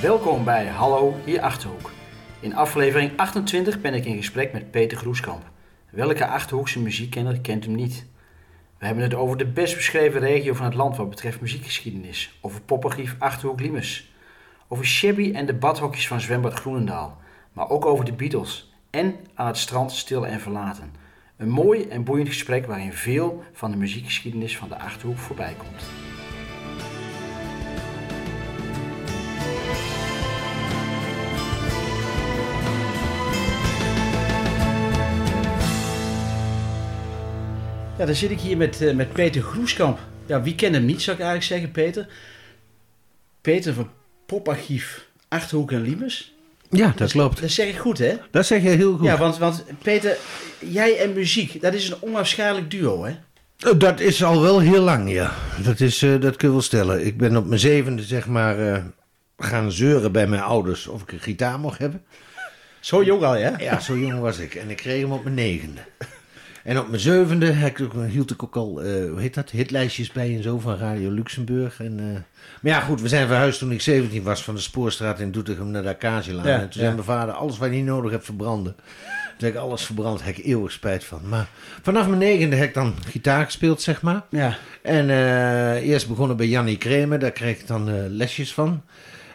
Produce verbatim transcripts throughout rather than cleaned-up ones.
Welkom bij Hallo, hier Achterhoek. In aflevering achtentwintig ben ik in gesprek met Peter Groeskamp. Welke Achterhoekse muziekkenner kent hem niet? We hebben het over de best beschreven regio van het land wat betreft muziekgeschiedenis. Over poppengief Achterhoek-Limes. Over Shabby en de badhokjes van zwembad Groenendaal. Maar ook over de Beatles. En aan het strand Stil en Verlaten. Een mooi en boeiend gesprek waarin veel van de muziekgeschiedenis van de Achterhoek voorbij komt. Ja, dan zit ik hier met, uh, met Peter Groeskamp. Ja, wie kent hem niet, zou ik eigenlijk zeggen, Peter? Peter van Poparchief Achterhoek en Limes. Ja, dat klopt. Dat zeg ik goed, hè? Dat zeg je heel goed. Ja, want, want Peter, jij en muziek, dat is een onafscheidelijk duo, hè? Dat is al wel heel lang, ja. Dat, is, uh, dat kun je wel stellen. Ik ben op mijn zevende, zeg maar, uh, gaan zeuren bij mijn ouders of ik een gitaar mocht hebben. Zo jong al, ja? Ja, zo jong was ik. En ik kreeg hem op mijn negende. En op mijn zevende hield ik ook al, uh, hoe heet dat, hitlijstjes bij en zo van Radio Luxemburg. En, uh, maar ja, goed, we zijn verhuisd toen ik zeventien was van de Spoorstraat in Doetinchem naar de Acacialaan. Ja, en toen ja. zei mijn vader, alles wat je niet nodig hebt verbranden. Toen heb ik alles verbrand, heb ik eeuwig spijt van. Maar vanaf mijn negende heb ik dan gitaar gespeeld, zeg maar. Ja. En uh, eerst begonnen bij Jannie Kremer, daar kreeg ik dan uh, lesjes van.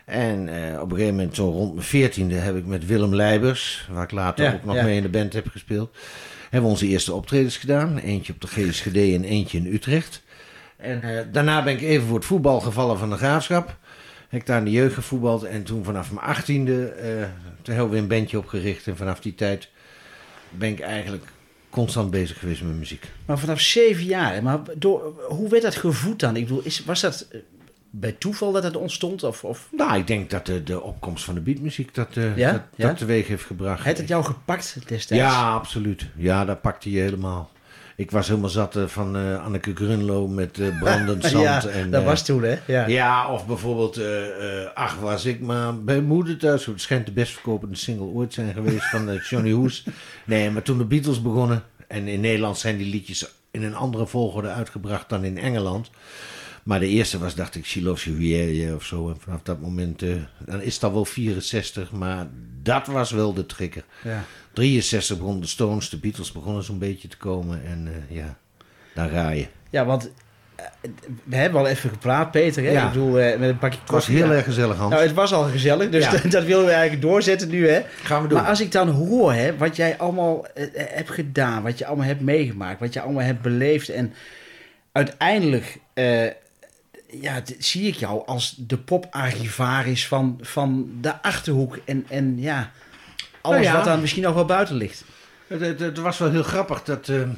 En uh, op een gegeven moment, zo rond mijn veertiende, heb ik met Willem Leibers, waar ik later ja, ook nog ja. mee in de band heb gespeeld, hebben we onze eerste optredens gedaan. Eentje op de G S G D en eentje in Utrecht. En uh, daarna ben ik even voor het voetbal gevallen van de Graafschap. Heb ik daar in de jeugd gevoetbald. En toen vanaf mijn achttiende, uh, toen hebben we een bandje opgericht. En vanaf die tijd ben ik eigenlijk constant bezig geweest met muziek. Maar vanaf zeven jaar, maar door, hoe werd dat gevoed dan? Ik bedoel, is, was dat bij toeval dat het ontstond? Of, of? Nou, ik denk dat de, de opkomst van de beatmuziek dat, uh, ja? dat, ja? dat teweeg heeft gebracht. Heeft het jou gepakt destijds? Ja, absoluut. Ja, dat pakte je helemaal. Ik was helemaal zat uh, van uh, Anneke Grunlo met uh, brandend zand. ja, en, dat uh, was toen, hè? Ja, ja of bijvoorbeeld, uh, uh, ach, was ik maar bij moeder thuis. Het schijnt de best verkopende single ooit zijn geweest van uh, Johnny Hoes. Nee, maar toen de Beatles begonnen, en in Nederland zijn die liedjes in een andere volgorde uitgebracht dan in Engeland. Maar de eerste was, dacht ik, She Loves You Yeah, of zo. En vanaf dat moment, uh, dan is het al wel vierenzestig, maar dat was wel de trigger. Ja. drieënzestig begonnen de Stones, de Beatles begonnen zo'n beetje te komen. En uh, ja, daar ga je. Ja, want uh, we hebben al even gepraat, Peter. Hè? Ja. Ik bedoel, uh, met een pakje Het was heel erg gezellig, Hans. Nou, het was al gezellig, dus ja. dat, dat willen we eigenlijk doorzetten nu, hè. Gaan we doen. Maar als ik dan hoor, hè, wat jij allemaal uh, hebt gedaan, wat je allemaal hebt meegemaakt, wat je allemaal hebt beleefd en uiteindelijk... Uh, ja, d- zie ik jou als de poparchivaris van, van de Achterhoek en, en ja, alles nou ja. wat dan misschien nog wel buiten ligt. Het, het, het was wel heel grappig dat uh, uh,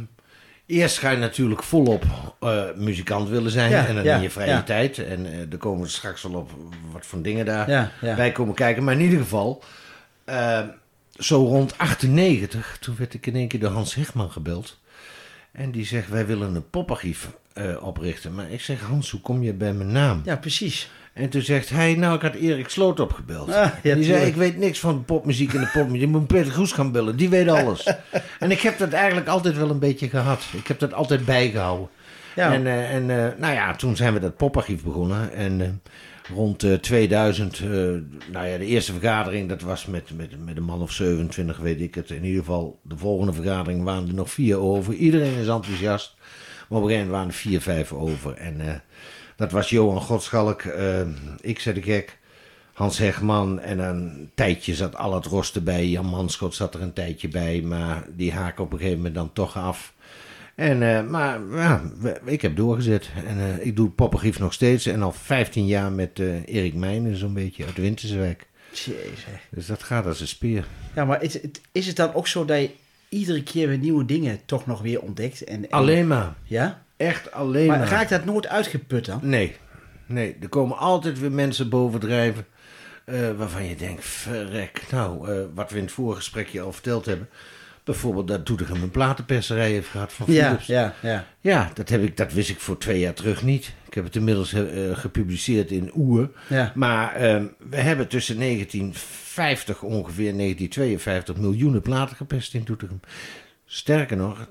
eerst ga je natuurlijk volop uh, muzikant willen zijn ja, en dan ja, in je vrije ja. tijd. En uh, daar komen we straks wel op wat voor dingen daarbij ja, ja. komen kijken. Maar in ieder geval, uh, zo rond achtennegentig, toen werd ik in één keer door Hans Hegman gebeld. En die zegt, wij willen een poparchief uh, oprichten. Maar ik zeg, Hans, hoe kom je bij mijn naam? Ja, precies. En toen zegt hij, nou, ik had Erik Sloot opgebeld. Ah, ja, die zei, ik weet niks van de popmuziek en de popmuziek. Je moet Peter Groes gaan bellen, die weet alles. En ik heb dat eigenlijk altijd wel een beetje gehad. Ik heb dat altijd bijgehouden. Ja. En, uh, en uh, nou ja, toen zijn we dat poparchief begonnen. En uh, rond uh, tweeduizend, uh, nou ja, de eerste vergadering, dat was met, met, met een man of zevenentwintig, weet ik het. In ieder geval, de volgende vergadering waren er nog vier over. Iedereen is enthousiast. Maar op een gegeven moment waren er vier, vijf over. En uh, dat was Johan Godschalk, uh, ik zei de gek, Hans Hegman. En een tijdje zat Allard Rost erbij. Jan Manschot zat er een tijdje bij. Maar die haken op een gegeven moment dan toch af. En, uh, maar ja, ik heb doorgezet. En uh, ik doe poparchief nog steeds. En al vijftien jaar met uh, Erik Meijnen, zo'n beetje uit Winterswijk. Jezus. Dus dat gaat als een speer. Ja, maar is het, is het dan ook zo dat je iedere keer weer nieuwe dingen toch nog weer ontdekt? En, en... Alleen maar. Ja? Echt alleen maar. Maar raakt dat nooit uitgeput dan? Nee. Nee, er komen altijd weer mensen bovendrijven uh, waarvan je denkt, verrek. Nou, uh, wat we in het vorige gesprekje al verteld hebben. Bijvoorbeeld dat Doetinchem een platenperserij heeft gehad van Philips. Ja, ja, ja. Ja, dat, heb ik, dat wist ik voor twee jaar terug niet. Ik heb het inmiddels uh, gepubliceerd in Oer. Ja. Maar uh, we hebben tussen negentien vijftig ongeveer negentien tweeënvijftig miljoenen platen geperst in Doetinchem. Sterker nog, uh,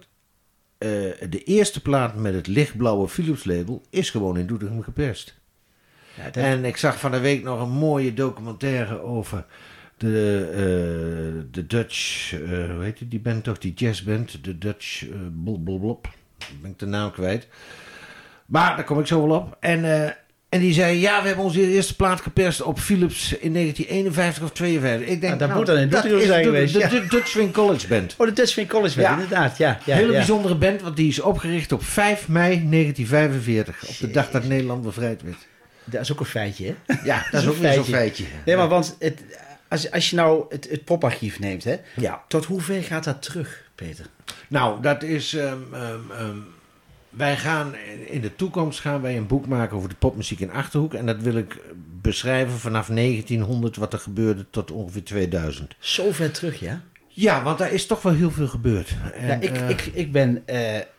de eerste plaat met het lichtblauwe Philips label is gewoon in Doetinchem geperst. Ja, dat... En ik zag van de week nog een mooie documentaire over de, uh, de Dutch, uh, hoe heet die, die band toch, die jazzband, de Dutch, uh, blablabla, ben ik de naam kwijt. Maar daar kom ik zo wel op. En, uh, en die zei, ja, we hebben onze eerste plaat geperst op Philips in negentien eenenvijftig of tweeënveertig. Ik denk, ah, dat nou, moet dan in dat Doetinchem is zijn de, geweest. de, Ja. de Dutch Swing College Band. Oh, de Dutch Swing College Band, ja. inderdaad. Ja, ja, Hele ja. bijzondere band, want die is opgericht op vijf mei negentien vijfenveertig. Op de dag dat Nederland bevrijd werd. Dat is ook een feitje, hè? Ja, dat, dat is ook weer zo'n feitje. Nee, maar want het, als, als je nou het, het poparchief neemt, hè? Ja. Tot hoe ver gaat dat terug, Peter? Nou, dat is... Um, um, um, wij gaan in de toekomst gaan wij een boek maken over de popmuziek in Achterhoek. En dat wil ik beschrijven vanaf negentienhonderd wat er gebeurde tot ongeveer tweeduizend. Zo ver terug, ja? Ja, want daar is toch wel heel veel gebeurd. En, ja, ik, uh, ik, ik ben uh, uh,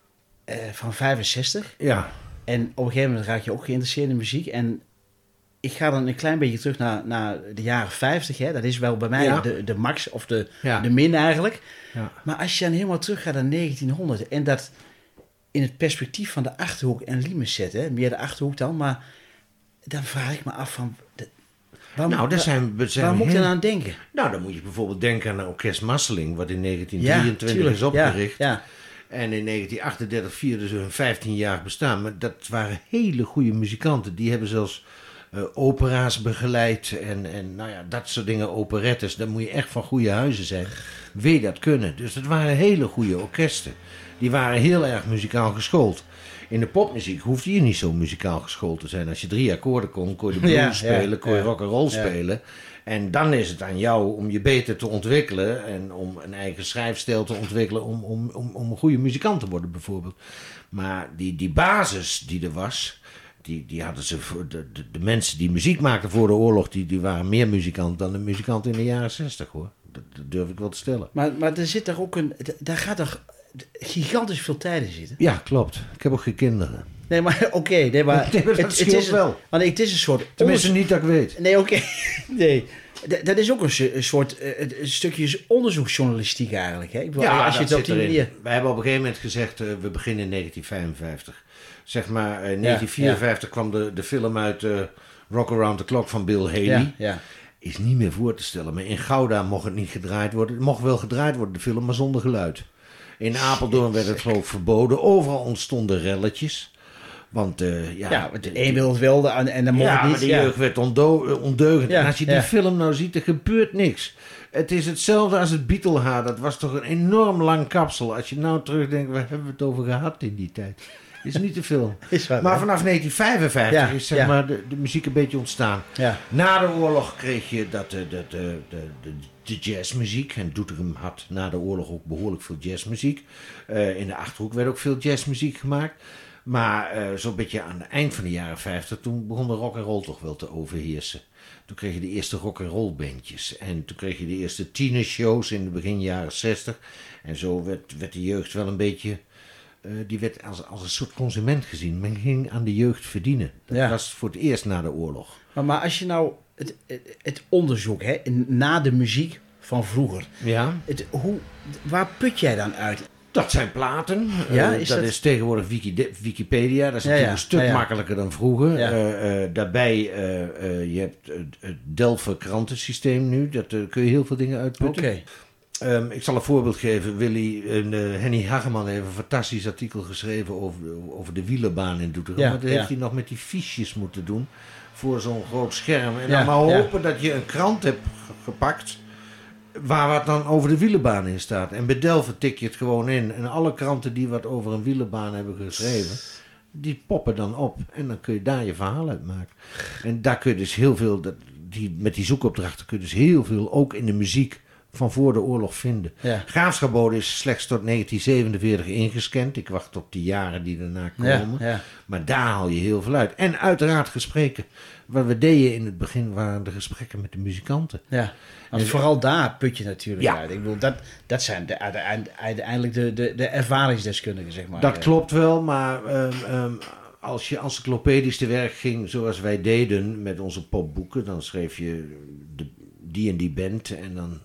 van vijfenzestig. Ja. En op een gegeven moment raak je ook geïnteresseerd in muziek. En ik ga dan een klein beetje terug naar, naar de jaren vijftig. Hè. Dat is wel bij mij ja. de, de max of de, ja. de min eigenlijk. Ja. Maar als je dan helemaal terug gaat naar negentienhonderd... en dat in het perspectief van de Achterhoek en Limes zet, hè, meer de Achterhoek dan... maar dan vraag ik me af van... De, waar nou, moet, daar zijn, waar, zijn waar moet je heel... dan aan denken? Nou, dan moet je bijvoorbeeld denken aan Orkest Masseling... wat in negentien drieëntwintig ja, is opgericht... Ja, ja. En in negentien achtendertig vierden ze hun vijftienjarig bestaan. Maar dat waren hele goede muzikanten. Die hebben zelfs uh, opera's begeleid. En, en nou ja, dat soort dingen, operettes. Daar moet je echt van goede huizen zijn. Wil je dat kunnen? Dus dat waren hele goede orkesten. Die waren heel erg muzikaal geschoold. In de popmuziek hoefde je niet zo muzikaal geschoold te zijn. Als je drie akkoorden kon, kon je de blues ja, spelen, ja, kon je ja. rock'n'roll ja. spelen. En dan is het aan jou om je beter te ontwikkelen en om een eigen schrijfstijl te ontwikkelen om, om, om, om een goede muzikant te worden bijvoorbeeld. Maar die, die basis die er was, die, die hadden ze voor de, de, de mensen die muziek maakten voor de oorlog, die, die waren meer muzikant dan de muzikanten in de jaren zestig hoor. Dat, dat durf ik wel te stellen. Maar, maar er zit daar ook een, daar gaat toch gigantisch veel tijd in zitten? Ja, klopt. Ik heb ook geen kinderen. Nee, maar oké. Okay, nee, maar nee, maar het, het is wel. Want het is een soort... Tenminste onderzo- niet dat ik weet. Nee, oké. Okay. Nee. D- dat is ook een, een soort uh, een stukje onderzoeksjournalistiek eigenlijk. Hè? Ik bedoel, ja, als je dat het op die zit manier... Wij hebben op een gegeven moment gezegd, uh, we beginnen in negentien vijfenvijftig. Zeg maar, in uh, negentien vierenvijftig ja. kwam de, de film uit uh, Rock Around the Clock van Bill Haley. Ja, ja. Is niet meer voor te stellen. Maar in Gouda mocht het niet gedraaid worden. Het mocht wel gedraaid worden, de film, maar zonder geluid. In Apeldoorn werd het geloof ik verboden. Overal ontstonden relletjes. Want uh, ja, ja, de een wil het wilde en, en dan mocht ja, het niet. Maar de jeugd ja. werd ondo- ondeugend. Ja, en als je die ja. film nou ziet, er gebeurt niks. Het is hetzelfde als het Beatle-haar. Dat was toch een enorm lang kapsel. Als je nou terugdenkt, waar hebben we het over gehad in die tijd? Is niet te veel. Waar, maar vanaf negentien vijfenvijftig ja, is zeg ja. maar de, de muziek een beetje ontstaan. Ja. Na de oorlog kreeg je dat de, de, de, de, de, de jazzmuziek. En Doetinchem had na de oorlog ook behoorlijk veel jazzmuziek. Uh, in de Achterhoek werd ook veel jazzmuziek gemaakt. Maar uh, zo'n beetje aan het eind van de jaren vijftig, toen begon de rock and roll toch wel te overheersen. Toen kreeg je de eerste rock and roll bandjes. En toen kreeg je de eerste tienershows in de begin jaren zestig. En zo werd, werd de jeugd wel een beetje... Uh, die werd als, als een soort consument gezien. Men ging aan de jeugd verdienen. Dat ja. was voor het eerst na de oorlog. Maar, maar als je nou het, het onderzoek, hè, na de muziek van vroeger. Ja. Het, hoe, waar put jij dan uit? Dat zijn platen. Ja, uh, is dat, dat is tegenwoordig Wiki, Wikipedia. Dat is ja, natuurlijk ja. een stuk ja, ja. makkelijker dan vroeger. Ja. Uh, uh, daarbij, uh, uh, je hebt het uh, Delft krantensysteem nu. Daar uh, kun je heel veel dingen uitputten. Okay. Um, ik zal een voorbeeld geven. Willy, uh, Henny Hageman heeft een fantastisch artikel geschreven over, over de wielerbaan in Doetinchem. Ja, maar dat ja. heeft hij nog met die fiches moeten doen voor zo'n groot scherm. En ja, dan maar hopen ja. dat je een krant hebt gepakt waar wat dan over de wielerbaan in staat. En bij Delft tik je het gewoon in. En alle kranten die wat over een wielerbaan hebben geschreven, die poppen dan op. En dan kun je daar je verhaal uit maken. En daar kun je dus heel veel, dat, die, met die zoekopdrachten kun je dus heel veel, ook in de muziek, van voor de oorlog vinden. Ja. Graafschapbode is slechts tot negentien zevenenveertig ingescand. Ik wacht op die jaren die daarna komen. Ja, ja. Maar daar haal je heel veel uit. En uiteraard gesprekken. Wat we deden in het begin waren de gesprekken met de muzikanten. Ja, want vooral daar put je natuurlijk ja. uit. Ik bedoel, dat, dat zijn de, uiteindelijk de, de, de ervaringsdeskundigen, zeg maar. Dat klopt wel, maar um, um, als je encyclopedisch te werk ging, zoals wij deden met onze popboeken, dan schreef je de, die en die band en dan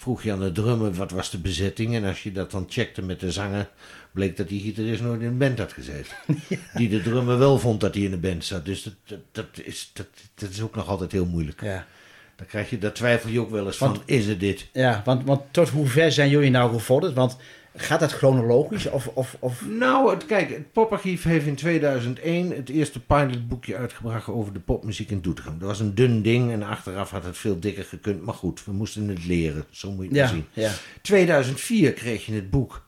vroeg je aan de drummer wat was de bezetting. En als je dat dan checkte met de zanger, bleek dat die gitarist nooit in een band had gezeten. Ja. Die de drummer wel vond dat hij in een band zat. Dus dat, dat, dat, is, dat, dat is ook nog altijd heel moeilijk. Ja. Dan krijg je, daar twijfel je ook wel eens want, van, is het dit? Ja, want, want tot hoe ver zijn jullie nou gevorderd? Want gaat dat chronologisch? Of, of, of... Nou, het, kijk, het Poparchief heeft in tweeduizend één het eerste pilotboekje uitgebracht over de popmuziek in Doetinchem. Dat was een dun ding en achteraf had het veel dikker gekund. Maar goed, we moesten het leren. Zo moet je het ja, zien. Ja. tweeduizend vier kreeg je het boek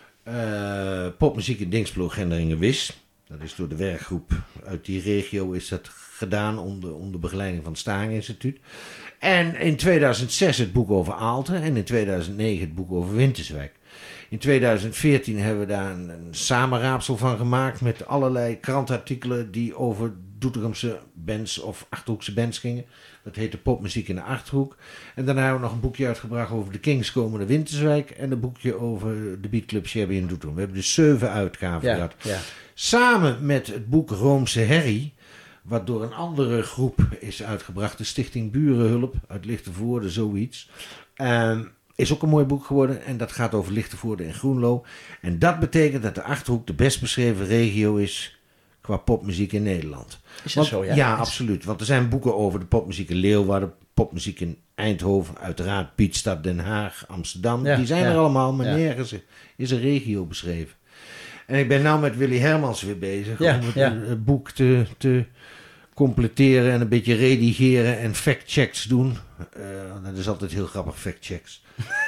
uh, Popmuziek in Dinxperlo, Gendringen, Wisch. Dat is door de werkgroep uit die regio is dat gedaan onder, onder begeleiding van het Staring Instituut. En in tweeduizend zes het boek over Aalten en in tweeduizend negen het boek over Winterswijk. In tweeduizend veertien hebben we daar een, een samenraapsel van gemaakt met allerlei krantartikelen die over Doetinchamse bands of Achterhoekse bands gingen. Dat heette Popmuziek in de Achterhoek. En daarna hebben we nog een boekje uitgebracht over de Kings komende Winterswijk en een boekje over de beatclub Shabby in Doetinchem. We hebben dus zeven uitgaven ja, gehad. Ja. Samen met het boek Roomse Herrie, wat door een andere groep is uitgebracht, de Stichting Burenhulp uit Lichtenvoorde, zoiets. Um, is ook een mooi boek geworden en dat gaat over Lichtenvoorde en Groenlo. En dat betekent dat de Achterhoek de best beschreven regio is qua popmuziek in Nederland. Is dat Want, zo, ja? Ja, absoluut. Want er zijn boeken over de popmuziek in Leeuwarden, popmuziek in Eindhoven, uiteraard Pietstad, Den Haag, Amsterdam. Ja, die zijn ja. er allemaal, maar ja. nergens is een regio beschreven. En ik ben nou met Willy Hermans weer bezig ja, om het, ja. het boek te, te completeren en een beetje redigeren en factchecks doen. Uh, dat is altijd heel grappig, factchecks.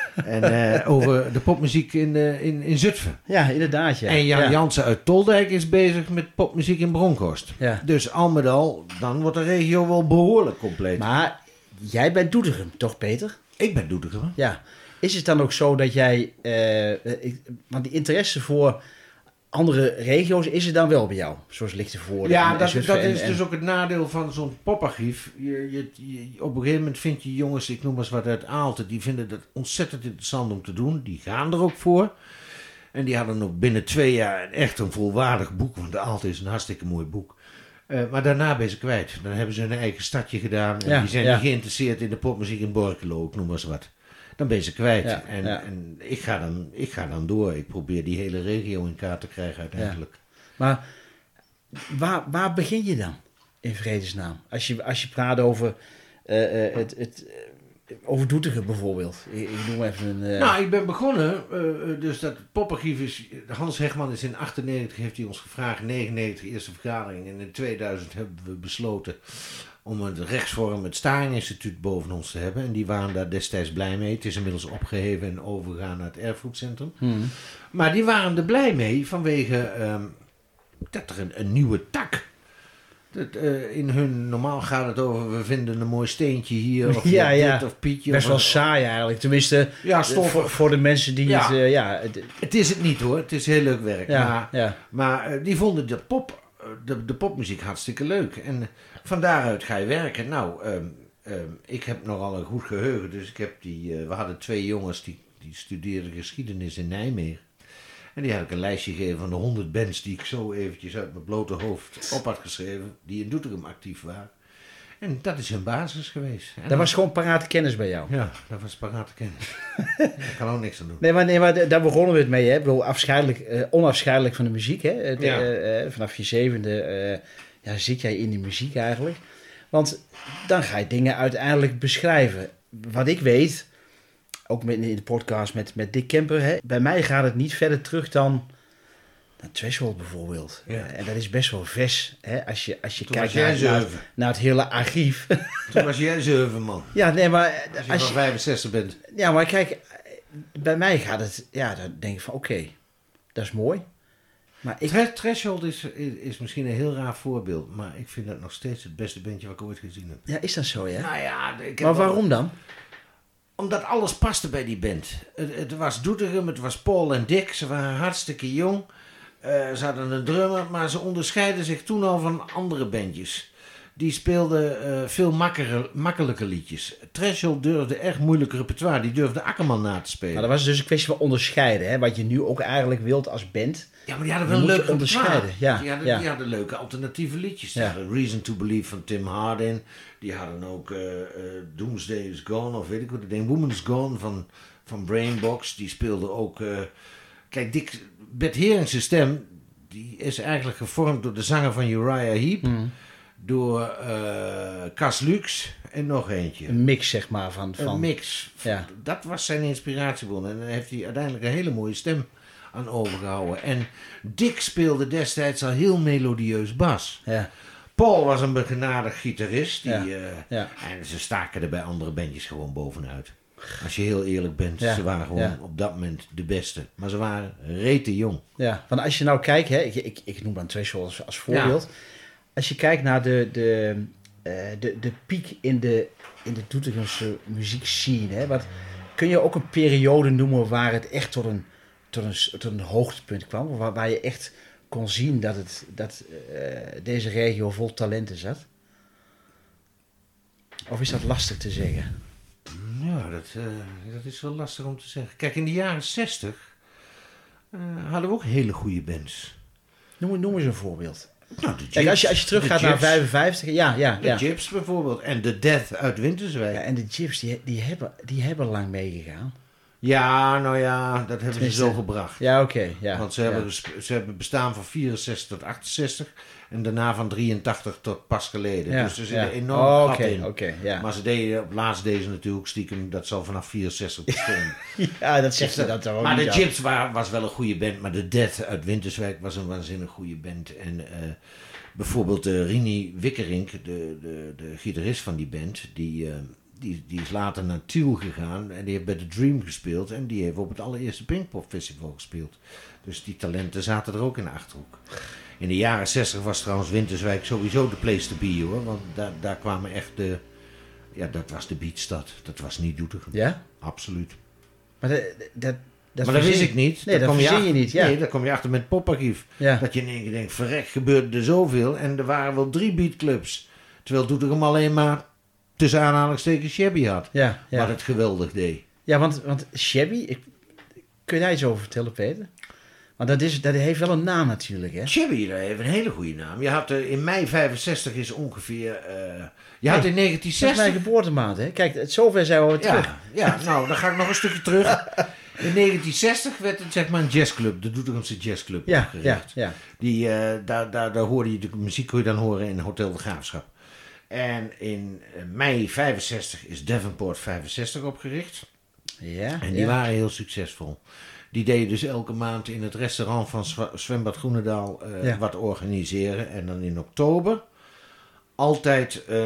en uh, over de popmuziek in, uh, in, in Zutphen. Ja, inderdaad. Ja. En Jan ja. Jansen uit Toldijk is bezig met popmuziek in Bronkhorst. Ja. Dus al met al, dan wordt de regio wel behoorlijk compleet. Maar jij bent Doetinchem, toch Peter? Ik ben Doetinchem. Ja. Is het dan ook zo dat jij... Uh, ik, want die interesse voor andere regio's is er dan wel bij jou? Zoals Lichtenvoorde. Ja, en, dat, en dat en, is en, dus ook het nadeel van zo'n poparchief. Je, je, je, op een gegeven moment vind je jongens, ik noem maar eens wat uit Aalten, die vinden dat ontzettend interessant om te doen. Die gaan er ook voor. En die hadden ook binnen twee jaar echt een volwaardig boek. Want de Aalten is een hartstikke mooi boek. Uh, maar daarna ben ze kwijt. Dan hebben ze hun eigen stadje gedaan. En ja, die zijn ja. niet geïnteresseerd in de popmuziek in Borculo, ik noem maar eens wat. Dan ben je ze kwijt. Ja, en ja. en ik, ga dan, ik ga dan door. Ik probeer die hele regio in kaart te krijgen uiteindelijk. Ja. Maar waar, waar begin je dan? In vredesnaam. Als je, als je praat over, uh, uh, het, het, uh, over Doetinchem bijvoorbeeld. Ik, ik noem even een... Uh... Nou, ik ben begonnen. Uh, dus dat poparchief is... Hans Hegman is in achtennegentig heeft hij ons gevraagd. negenennegentig eerste vergadering. En in tweeduizend hebben we besloten om het rechtsvorm, het Staring Instituut boven ons te hebben. En die waren daar destijds blij mee. Het is inmiddels opgeheven en overgegaan naar het erfgoedcentrum. Hmm. Maar die waren er blij mee vanwege um, dat er een, een nieuwe tak. Dat, uh, in hun, normaal gaat het over, we vinden een mooi steentje hier, of ja, ja. dit of Pietje. Best of, wel saai eigenlijk, tenminste ja, voor, voor de mensen die ja. het... Uh, ja, het, het is het niet hoor, het is heel leuk werk. Ja, maar ja. maar uh, die vonden de, pop, uh, de, de popmuziek hartstikke leuk. En uh, van daaruit ga je werken. Nou, um, um, ik heb nogal een goed geheugen, dus ik heb die, uh, we hadden twee jongens die, die studeerden geschiedenis in Nijmegen. En die had ik een lijstje gegeven van de honderd bands die ik zo eventjes uit mijn blote hoofd op had geschreven, die in Doetinchem actief waren. En dat is hun basis geweest. En dat was gewoon parate kennis bij jou? Ja, dat was parate kennis. Daar kan ook niks aan doen. Nee, maar, nee, maar daar begonnen we het mee. Hè? Ik bedoel, afscheidelijk, uh, onafscheidelijk van de muziek. Hè? De, Ja. uh, uh, vanaf je zevende uh, ja, zit jij in die muziek eigenlijk. Want dan ga je dingen uiteindelijk beschrijven. Wat ik weet, ook met, in de podcast met, met Dick Kemper, hè? Bij mij gaat het niet verder terug dan naar Threshold bijvoorbeeld. Ja. En dat is best wel vers. Hè? Als je, als je Toen kijkt was jij naar, naar, zeven. naar het hele archief. Toen was jij zeven man. Ja, nee, maar Als je als van je, vijfenzestig bent. ja, maar kijk, bij mij gaat het, ja, dan denk ik van oké, okay, dat is mooi. Maar ik... Thre- Threshold is, is, is misschien een heel raar voorbeeld, maar ik vind dat nog steeds het beste bandje wat ik ooit gezien heb. Ja, is dat zo, ja? Nou ja, ik heb Maar wel- waarom dan? Omdat alles paste bij die band. Het, het was Doetinchem, het was Paul en Dick, ze waren hartstikke jong. Uh, ze hadden een drummer, maar ze onderscheiden zich toen al van andere bandjes. die speelde uh, veel makkelijke, makkelijke liedjes. Threshold durfde echt moeilijk repertoire. Die durfde Akkerman na te spelen. Maar dat was dus een kwestie van onderscheiden. Hè? Wat je nu ook eigenlijk wilt als band. Ja, maar die hadden wel een leuk onderscheiden. Ja, die, hadden, ja. die hadden leuke alternatieve liedjes. Ja. Reason to Believe van Tim Hardin. Die hadden ook uh, uh, Doomsday is Gone. Of weet ik wat ik denk. Woman's Gone van, van Brainbox. Die speelde ook... Uh, kijk, Dick, Bert Heringse stem... die is eigenlijk gevormd door de zanger van Uriah Heep... Mm. door uh, Cas Lux en nog eentje. Een mix, zeg maar. Van, van... Een mix. Ja. Dat was zijn inspiratiebron. En dan heeft hij uiteindelijk een hele mooie stem aan overgehouden. En Dick speelde destijds al heel melodieus bas. Ja. Paul was een begenadigd gitarist. Die, ja. Uh, ja. En ze staken er bij andere bandjes gewoon bovenuit. Als je heel eerlijk bent, ja. ze waren gewoon ja. op dat moment de beste. Maar ze waren rete jong. Ja, want als je nou kijkt, hè, ik, ik, ik noem dan Threshold als, als voorbeeld... Ja. Als je kijkt naar de, de, uh, de, de piek in de, in de Doetinchemse muziekscene, hè, wat, kun je ook een periode noemen waar het echt tot een, tot een, tot een hoogtepunt kwam? Waar, waar je echt kon zien dat, het, dat uh, deze regio vol talenten zat? Of is dat lastig te zeggen? Ja, dat, uh, dat is wel lastig om te zeggen. Kijk, in de jaren zestig uh, hadden we ook hele goede bands. Noem, noem eens een voorbeeld. Nou, de Gyps, Kijk, als je, als je teruggaat naar vijfenvijftig, ja, ja. De ja. Gyps bijvoorbeeld en de Death uit Winterswijk. Ja, en de Gyps, die, die, hebben, die hebben lang meegegaan. Ja, nou ja, dat hebben Tenminste, ze zo gebracht. Ja, oké. Okay, ja, Want ze, ja. hebben, ze hebben bestaan van vierenzestig tot achtenzestig en daarna van drieëntachtig tot pas geleden. Ja, dus er zit ja. een enorm oh, gat okay, in. Okay, ja. Maar ze deden, op laatst deden ze natuurlijk stiekem, dat zal vanaf vierenzestig bestonden. Ja, dat zegt ze dat toch ook Maar niet de Gyps was, was wel een goede band, maar de Death uit Winterswijk was een waanzinnig goede band. En uh, bijvoorbeeld uh, Rini Wikkerink, de, de, de gitarist van die band, die... Uh, Die, die is later naar Tiel gegaan en die heeft bij The Dream gespeeld. En die heeft op het allereerste Pinkpop Festival gespeeld. Dus die talenten zaten er ook in de Achterhoek. In de jaren zestig was trouwens Winterswijk sowieso de place to be, hoor. Want daar, daar kwamen echt de... Ja, dat was de beatstad. Dat was niet Doetinchem. Ja? Absoluut. Maar dat, dat, dat, maar dat wist ik niet. Nee, daar dat kom je, je, je niet. Ja. Nee, daar kom je achter met het poparchief. Ja. Dat je in één keer denkt, verrek, gebeurde er zoveel. En er waren wel drie beatclubs. Terwijl Doetinchem alleen maar... tussen aanhalingstekens Shabby had. Ja, ja. Wat het geweldig deed. Ja, want, want Shabby... Ik, kun je daar iets over vertellen, Peter? Want dat, is, dat heeft wel een naam natuurlijk, hè? Shabby, dat heeft een hele goede naam. Je had uh, in mei vijfenzestig is ongeveer... Uh, je hey, had in negentien zestig... Dat is mijn geboortemaand, hè? Kijk, het, zover zijn we terug. Ja, ja, nou, dan ga ik nog een stukje terug. In negentien zestig werd het zeg maar een jazzclub. De Doetinchemse Jazzclub ja, opgericht. Ja, ja. Die, uh, daar, daar, daar hoorde je de muziek kon je dan horen in Hotel de Graafschap. En in mei vijfenzestig is Davenport vijfenzestig opgericht. Ja, en die ja. waren heel succesvol. Die deden dus elke maand in het restaurant van Zwembad Groenendaal uh, ja. wat organiseren. En dan in oktober altijd uh,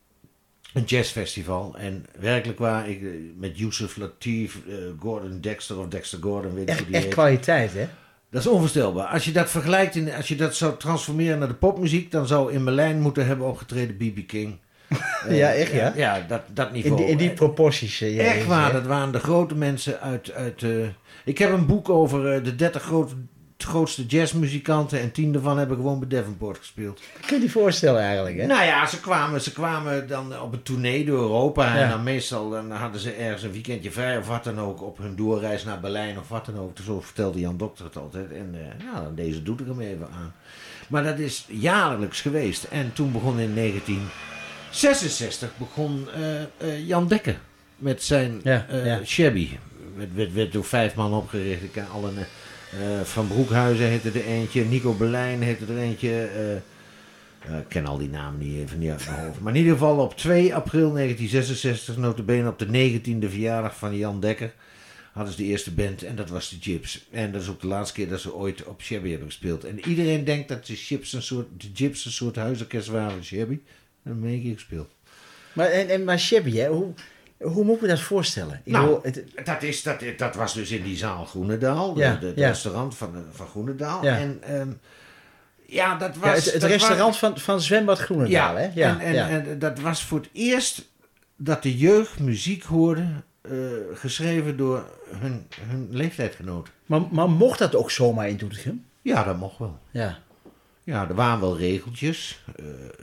een jazzfestival. En werkelijk waar, ik, met Yusuf Lateef, uh, Gordon Dexter of Dexter Gordon, weet ik echt, hoe die echt heet. kwaliteit, hè? Dat is onvoorstelbaar. Als je dat vergelijkt, in, als je dat zou transformeren naar de popmuziek, dan zou in Berlijn moeten hebben opgetreden B B King. uh, ja, echt ja? Ja, dat, dat niveau. In die, in die proporties. Uh, ja, echt waar, dat waren de grote mensen uit... uit uh, ik heb een boek over uh, de dertig groot, grootste jazzmuzikanten en tien daarvan hebben gewoon bij Davenport gespeeld. Kun je die voorstellen eigenlijk, hè? Nou ja, ze kwamen, ze kwamen dan op een tournee door Europa ja. en dan meestal dan hadden ze ergens een weekendje vrij of wat dan ook op hun doorreis naar Berlijn of wat dan ook. Zo vertelde Jan Dokter het altijd en uh, nou, dan deze doet ik hem even aan. Maar dat is jaarlijks geweest en toen begon in negentien zesenzestig begon uh, uh, Jan Dekker met zijn ja, uh, ja. Shabby. Werd, werd, werd door vijf man opgericht. Ik ken allen, uh, Van Broekhuizen heette er eentje, Nico Berlijn heette er eentje. Uh, uh, ik ken al die namen niet even niet uit mijn hoofd. Maar in ieder geval op twee april negentien zesenzestig, notabene op de negentiende verjaardag van Jan Dekker, hadden ze de eerste band en dat was de Gyps. En dat is ook de laatste keer dat ze ooit op Shabby hebben gespeeld. En iedereen denkt dat de Gyps een soort, de Gyps een soort huisorkest waren van Shabby. Dat heb ik een keer gespeeld. Maar, en, en, maar Shabby, hè? Hoe, hoe moet ik me dat voorstellen? Ik nou, bedoel, het, dat, is, dat, dat was dus in die zaal Groenendaal, ja, de, de, het ja. restaurant van, van Groenendaal. Ja. En um, ja, dat was... Ja, het het dat restaurant was, van, van Zwembad Groenendaal, ja, hè? Ja, en, en, ja. en dat was voor het eerst dat de jeugd muziek hoorde, uh, geschreven door hun, hun leeftijdgenoten. Maar, maar mocht dat ook zomaar in Doetinchem? Ja, dat mocht wel. Ja. Ja, er waren wel regeltjes. Uh,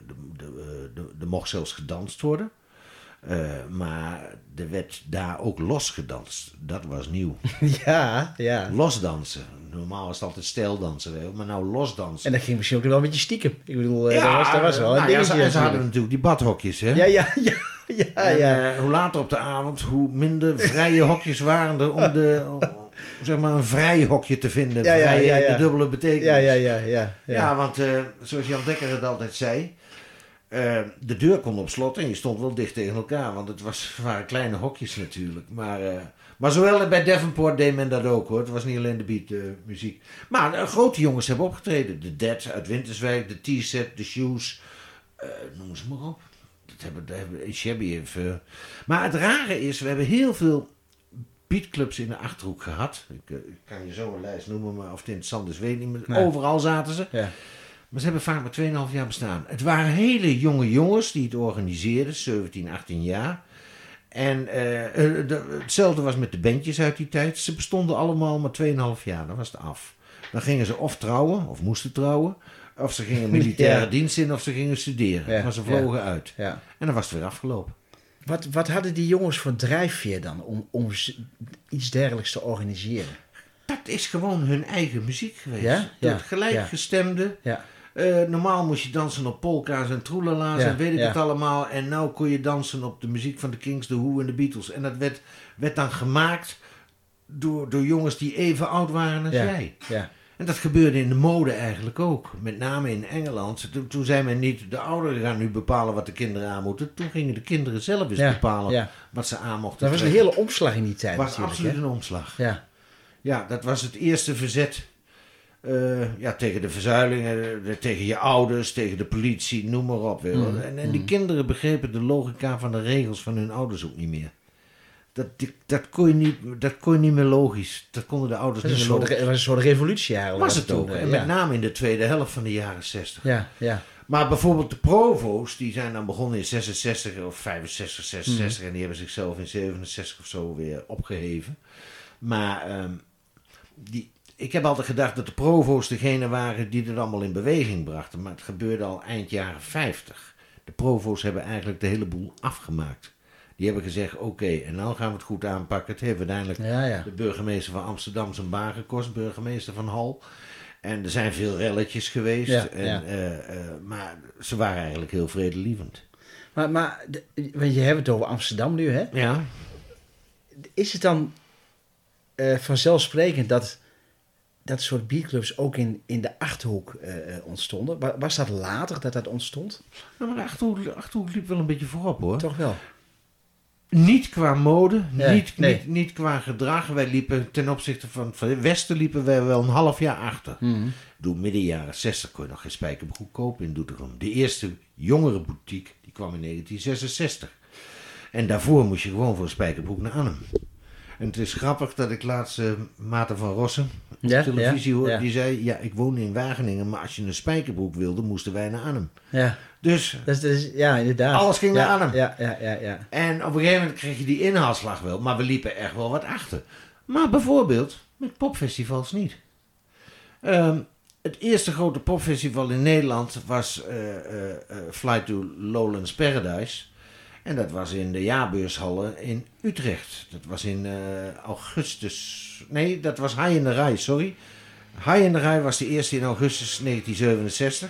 er mocht zelfs gedanst worden. Uh, maar er werd daar ook losgedanst. Dat was nieuw. Ja, ja. Losdansen. Normaal was het altijd stijldansen. Maar nou losdansen. En dat ging misschien ook wel een beetje stiekem. Ik bedoel, ja, dat, was, dat was wel een nou, dingetje. Ja, en ze hadden natuurlijk die badhokjes, hè? Ja, ja, ja. ja, en, ja. Uh, hoe later op de avond, hoe minder vrije hokjes waren er om de... Om, zeg maar een vrij hokje te vinden. Ja, ja, vrij ja, ja. de dubbele betekenis. Ja, ja, ja. Ja, ja. ja want uh, zoals Jan Dekker het altijd zei... Uh, de deur kon op slot en je stond wel dicht tegen elkaar. Want het was, waren kleine hokjes natuurlijk. Maar, uh, maar zowel bij Davenport deed men dat ook hoor. Het was niet alleen de beat uh, muziek. Maar uh, grote jongens hebben opgetreden. De Dead uit Winterswijk, de T-set, de Shoes. Uh, noem ze maar op. Dat hebben, dat hebben Shabby heeft... Uh... Maar het rare is, we hebben heel veel beatclubs in de Achterhoek gehad. Ik, uh, ik kan je zo een lijst noemen, maar of het interessant is, weet ik niet meer. Nee. Overal zaten ze. Ja. Maar ze hebben vaak maar twee komma vijf jaar bestaan. Het waren hele jonge jongens die het organiseerden, zeventien, achttien jaar. En uh, de, hetzelfde was met de bandjes uit die tijd. Ze bestonden allemaal maar twee komma vijf jaar, dan was het af. Dan gingen ze of trouwen, of moesten trouwen. Of ze gingen militaire ja. dienst in, of ze gingen studeren. Ja. Maar ze vlogen ja. uit. Ja. En dan was het weer afgelopen. Wat, wat hadden die jongens voor drijfveer dan om, om iets dergelijks te organiseren? Dat is gewoon hun eigen muziek geweest. Ja? Ja. Dat gelijkgestemde. Ja. Uh, normaal moest je dansen op polka's en troelala's ja. en weet ik ja. het allemaal. En nou kon je dansen op de muziek van de Kings, de Who en de Beatles. En dat werd, werd dan gemaakt door, door jongens die even oud waren als ja. jij. Ja. En dat gebeurde in de mode eigenlijk ook. Met name in Engeland. Toen, toen zei men niet, de ouderen gaan nu bepalen wat de kinderen aan moeten. Toen gingen de kinderen zelf eens ja. bepalen ja. wat ze aan mochten. Dat was een hele omslag in die tijd. Dat was absoluut hè? een omslag. Ja. ja, dat was het eerste verzet uh, ja, tegen de verzuilingen, de, tegen je ouders, tegen de politie, noem maar op. Mm. En, en die mm. kinderen begrepen de logica van de regels van hun ouders ook niet meer. Dat, dat, kon je niet, dat kon je niet meer logisch. Dat konden de ouders dat niet meer logisch. Het was een soort revolutie eigenlijk. Was het ook. En met ja. name in de tweede helft van de jaren zestig. Ja, ja. Maar bijvoorbeeld de Provo's, die zijn dan begonnen in zesenzestig of vijfenzestig, zesenzestig. Mm. En die hebben zichzelf in zevenenzestig of zo weer opgeheven. Maar um, die, ik heb altijd gedacht dat de Provo's degene waren die het allemaal in beweging brachten. Maar het gebeurde al eind jaren vijftig. De Provo's hebben eigenlijk de hele boel afgemaakt. Die hebben gezegd, oké, okay, en nou gaan we het goed aanpakken. Het heeft uiteindelijk ja, ja. de burgemeester van Amsterdam zijn baan gekost, burgemeester van Hal. En er zijn veel relletjes geweest. Ja, en, ja. Uh, uh, maar ze waren eigenlijk heel vredelievend. Maar, maar de, want je hebt het over Amsterdam nu, hè? Ja. Is het dan uh, vanzelfsprekend dat dat soort beatclubs ook in, in de Achterhoek uh, ontstonden? Was dat later dat dat ontstond? Nou, maar de Achterhoek, de Achterhoek liep wel een beetje voorop, hoor. Toch wel? Niet qua mode, ja, niet, nee. niet, niet qua gedrag. Wij liepen ten opzichte van, van het Westen liepen wij wel een half jaar achter. Mm-hmm. Door midden jaren zestig kon je nog geen spijkerbroek kopen in Doetinchem. De eerste jongere boutique die kwam in negentien zesenzestig. En daarvoor moest je gewoon voor een spijkerbroek naar Arnhem. En het is grappig dat ik laatst uh, Maarten van Rossum op ja, televisie hoorde. Ja. Die zei, ja, ik woonde in Wageningen, maar als je een spijkerbroek wilde, moesten wij naar Arnhem. Ja. Dus, dat is, dat is, ja, inderdaad. Alles ging ja, naar Arnhem. Ja, ja, ja, ja. En op een gegeven moment kreeg je die inhaalslag wel, maar we liepen echt wel wat achter. Maar bijvoorbeeld met popfestivals niet. Um, het eerste grote popfestival in Nederland was uh, uh, uh, Fly to Lowlands Paradise. En dat was in de jaarbeurshallen in Utrecht. Dat was in uh, augustus... Nee, dat was High in the Rij, sorry. High in the Rij was de eerste in augustus negentien zevenenzestig.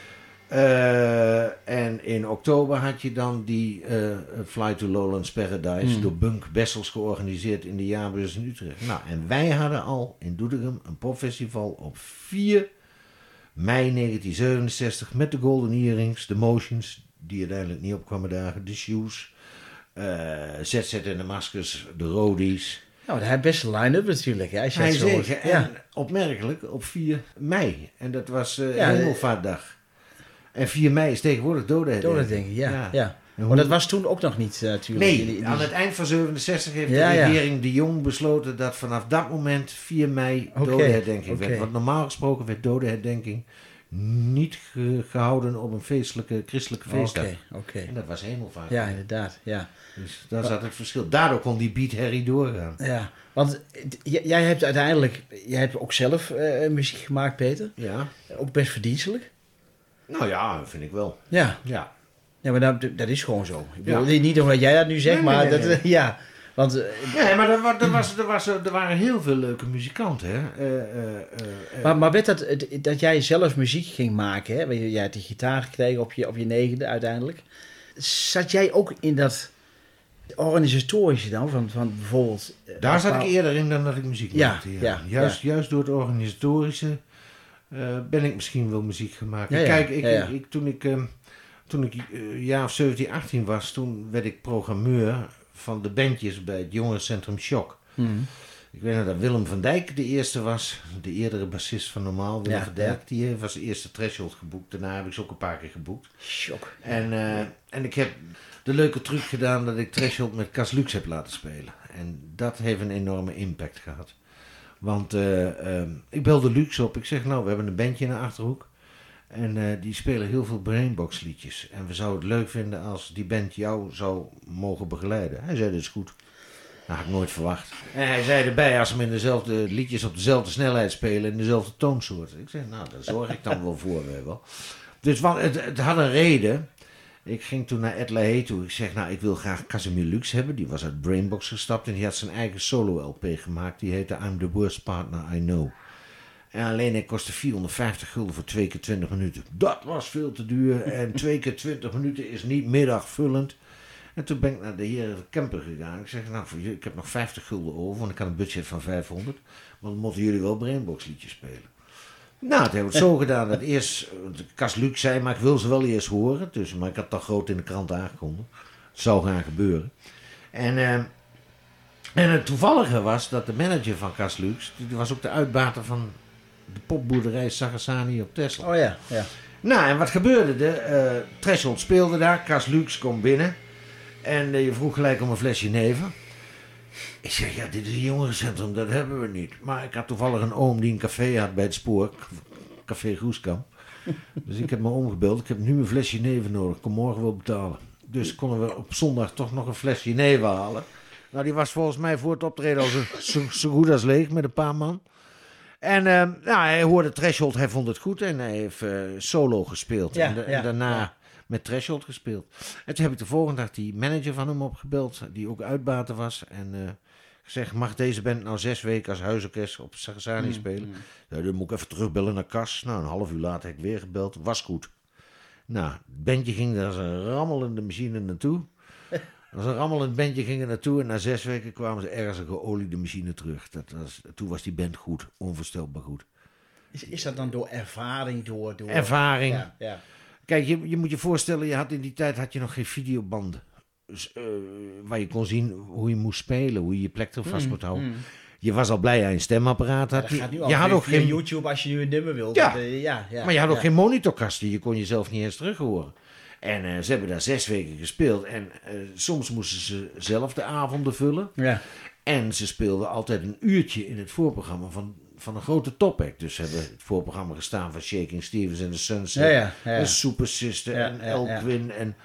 Uh, en in oktober had je dan die uh, Fly to Lowlands Paradise... Mm. door Bunk Bessels georganiseerd in de jaarbeurs in Utrecht. Nou, en wij hadden al in Doetinchem een popfestival op vier mei negentien zevenenzestig... met de Golden Earrings, de Motions... die uiteindelijk niet opkwamen dagen, de Shoes, uh, Z Z en de Maskers, de Roadies. Nou, hij heeft best een line-up natuurlijk. Hij hij zeker. En ja. opmerkelijk op vier mei. En dat was uh, ja, Hemelvaartdag. En vier mei is tegenwoordig dodenherdenking. Dodenherdenking, ja. ja. ja. Hoe... Maar dat was toen ook nog niet uh, natuurlijk. Nee, die, die... aan het eind van zevenenzestig heeft ja, de regering ja. de Jong besloten dat vanaf dat moment vier mei okay. dodenherdenking okay. werd. Want normaal gesproken werd dodenherdenking niet ge- gehouden op een feestelijke, christelijke feestdag. Okay, okay. En dat was Hemelvaart. Ja, inderdaad. Ja. Dus daar zat het verschil. Daardoor kon die beat herrie doorgaan. Ja, want j- jij hebt uiteindelijk, jij hebt ook zelf uh, muziek gemaakt, Peter. Ja. Ook best verdienstelijk. Nou ja, vind ik wel. Ja. Ja. Ja, maar dat, dat is gewoon zo. Ik bedoel, ja. Niet omdat jij dat nu zegt, nee, maar nee, nee, dat, nee. ja. Want, uh, nee, maar er, er, was, er, was, er waren heel veel leuke muzikanten. Hè? Uh, uh, uh, maar, maar weet dat, dat jij zelf muziek ging maken, hè? Jij hebt die gitaar gekregen op je, op je negende uiteindelijk. Zat jij ook in dat organisatorische dan? Van, van bijvoorbeeld... Daar zat ik eerder in dan dat ik muziek ja, maakte. Ja. Ja, juist, ja. juist door het organisatorische uh, ben ik misschien wel muziek gemaakt. Ja, ja. Kijk, ik, ja, ja. Ik, toen ik... Um, Toen ik een jaar of zeventien, achttien was, toen werd ik programmeur van de bandjes bij het jongerencentrum Shock. Mm. Ik weet nog dat Willem van Dijk de eerste was, de eerdere bassist van Normaal. Willem ja, van Dijk, ja. die was de eerste Threshold geboekt. Daarna heb ik ze ook een paar keer geboekt. Shock. En, uh, en ik heb de leuke truc gedaan dat ik Threshold met Cas Lux heb laten spelen. En dat heeft een enorme impact gehad. Want uh, uh, ik belde Lux op, ik zeg nou, we hebben een bandje in de Achterhoek. En uh, die spelen heel veel Brainbox liedjes. En we zouden het leuk vinden als die band jou zou mogen begeleiden. Hij zei, dat is goed. Dat had ik nooit verwacht. En hij zei erbij, als we in dezelfde liedjes op dezelfde snelheid spelen... in dezelfde toonsoort. Ik zei, nou, daar zorg ik dan wel voor. Weet wel. Dus wat, het, het had een reden. Ik ging toen naar Ed LaHaye toe. Ik zeg, nou, ik wil graag Casimir Lux hebben. Die was uit Brainbox gestapt en die had zijn eigen solo-L P gemaakt. Die heette I'm the Worst Partner I Know. En alleen het kostte vierhonderdvijftig gulden voor twee keer twintig minuten. Dat was veel te duur. En twee keer twintig minuten is niet middagvullend. En toen ben ik naar de heer Kemper gegaan. Ik zeg, nou, voor jullie, ik heb nog vijftig gulden over. Want ik had een budget van vijfhonderd. Want dan moeten jullie wel Brainbox liedjes spelen. Nou, het hebben we het zo gedaan dat eerst Cas Lux zei, maar ik wil ze wel eerst horen. Dus, maar ik had dat groot in de krant aangekondigd. Het zou gaan gebeuren. En... Uh, En het toevallige was dat de manager van Cas Lux, die was ook de uitbater van de popboerderij Sarasani op Texel. Oh ja, ja. Nou, en wat gebeurde er? Uh, Threshold speelde daar, Cas Lux komt binnen en uh, je vroeg gelijk om een flesje neven. Ik zeg, ja, dit is een jongerencentrum, dat hebben we niet. Maar ik had toevallig een oom die een café had bij het spoor, Café Groeskamp. Dus ik heb me omgebeld, ik heb nu een flesje neven nodig, kom morgen wel betalen. Dus konden we op zondag toch nog een flesje neven halen. Nou, die was volgens mij voor het optreden al zo, zo, zo goed als leeg met een paar man. En uh, nou, hij hoorde Threshold, hij vond het goed en hij heeft uh, solo gespeeld. Ja, en, de, ja, en daarna ja. met Threshold gespeeld. En toen heb ik de volgende dag die manager van hem opgebeld, die ook uitbater was. En uh, gezegd, mag deze band nou zes weken als huisorkest op Sarasani mm, spelen? Mm. Ja, dan moet ik even terugbellen naar Cas. Nou, een half uur later heb ik weer gebeld, was goed. Nou, het bandje ging daar als een rammelende machine naartoe. Als een rammelend bandje ging er naartoe en na zes weken kwamen ze ergens een geoliede machine terug. Dat was, toen was die band goed, onvoorstelbaar goed. Is, is dat dan door ervaring? Door, door... Ervaring. Ja, ja. Kijk, je, je moet je voorstellen, je had in die tijd had je nog geen videobanden. Dus, uh, waar je kon zien hoe je moest spelen, hoe je je plek er vast mm, moet houden. Mm. Je was al blij aan je stemapparaat. Had ja, je je had ook geen YouTube als je nu een nummer wilde. Ja. Uh, ja, ja, maar je had ja. ook geen monitorkasten. Je kon jezelf niet eens terug horen. En uh, ze hebben daar zes weken gespeeld. En uh, soms moesten ze zelf de avonden vullen. Ja. En ze speelden altijd een uurtje in het voorprogramma van, van een grote topact. Dus ze hebben het voorprogramma gestaan van Shaking Stevens en The Sunset. Ja, ja, ja. En Super Sister ja, en ja, Elkwin ja. en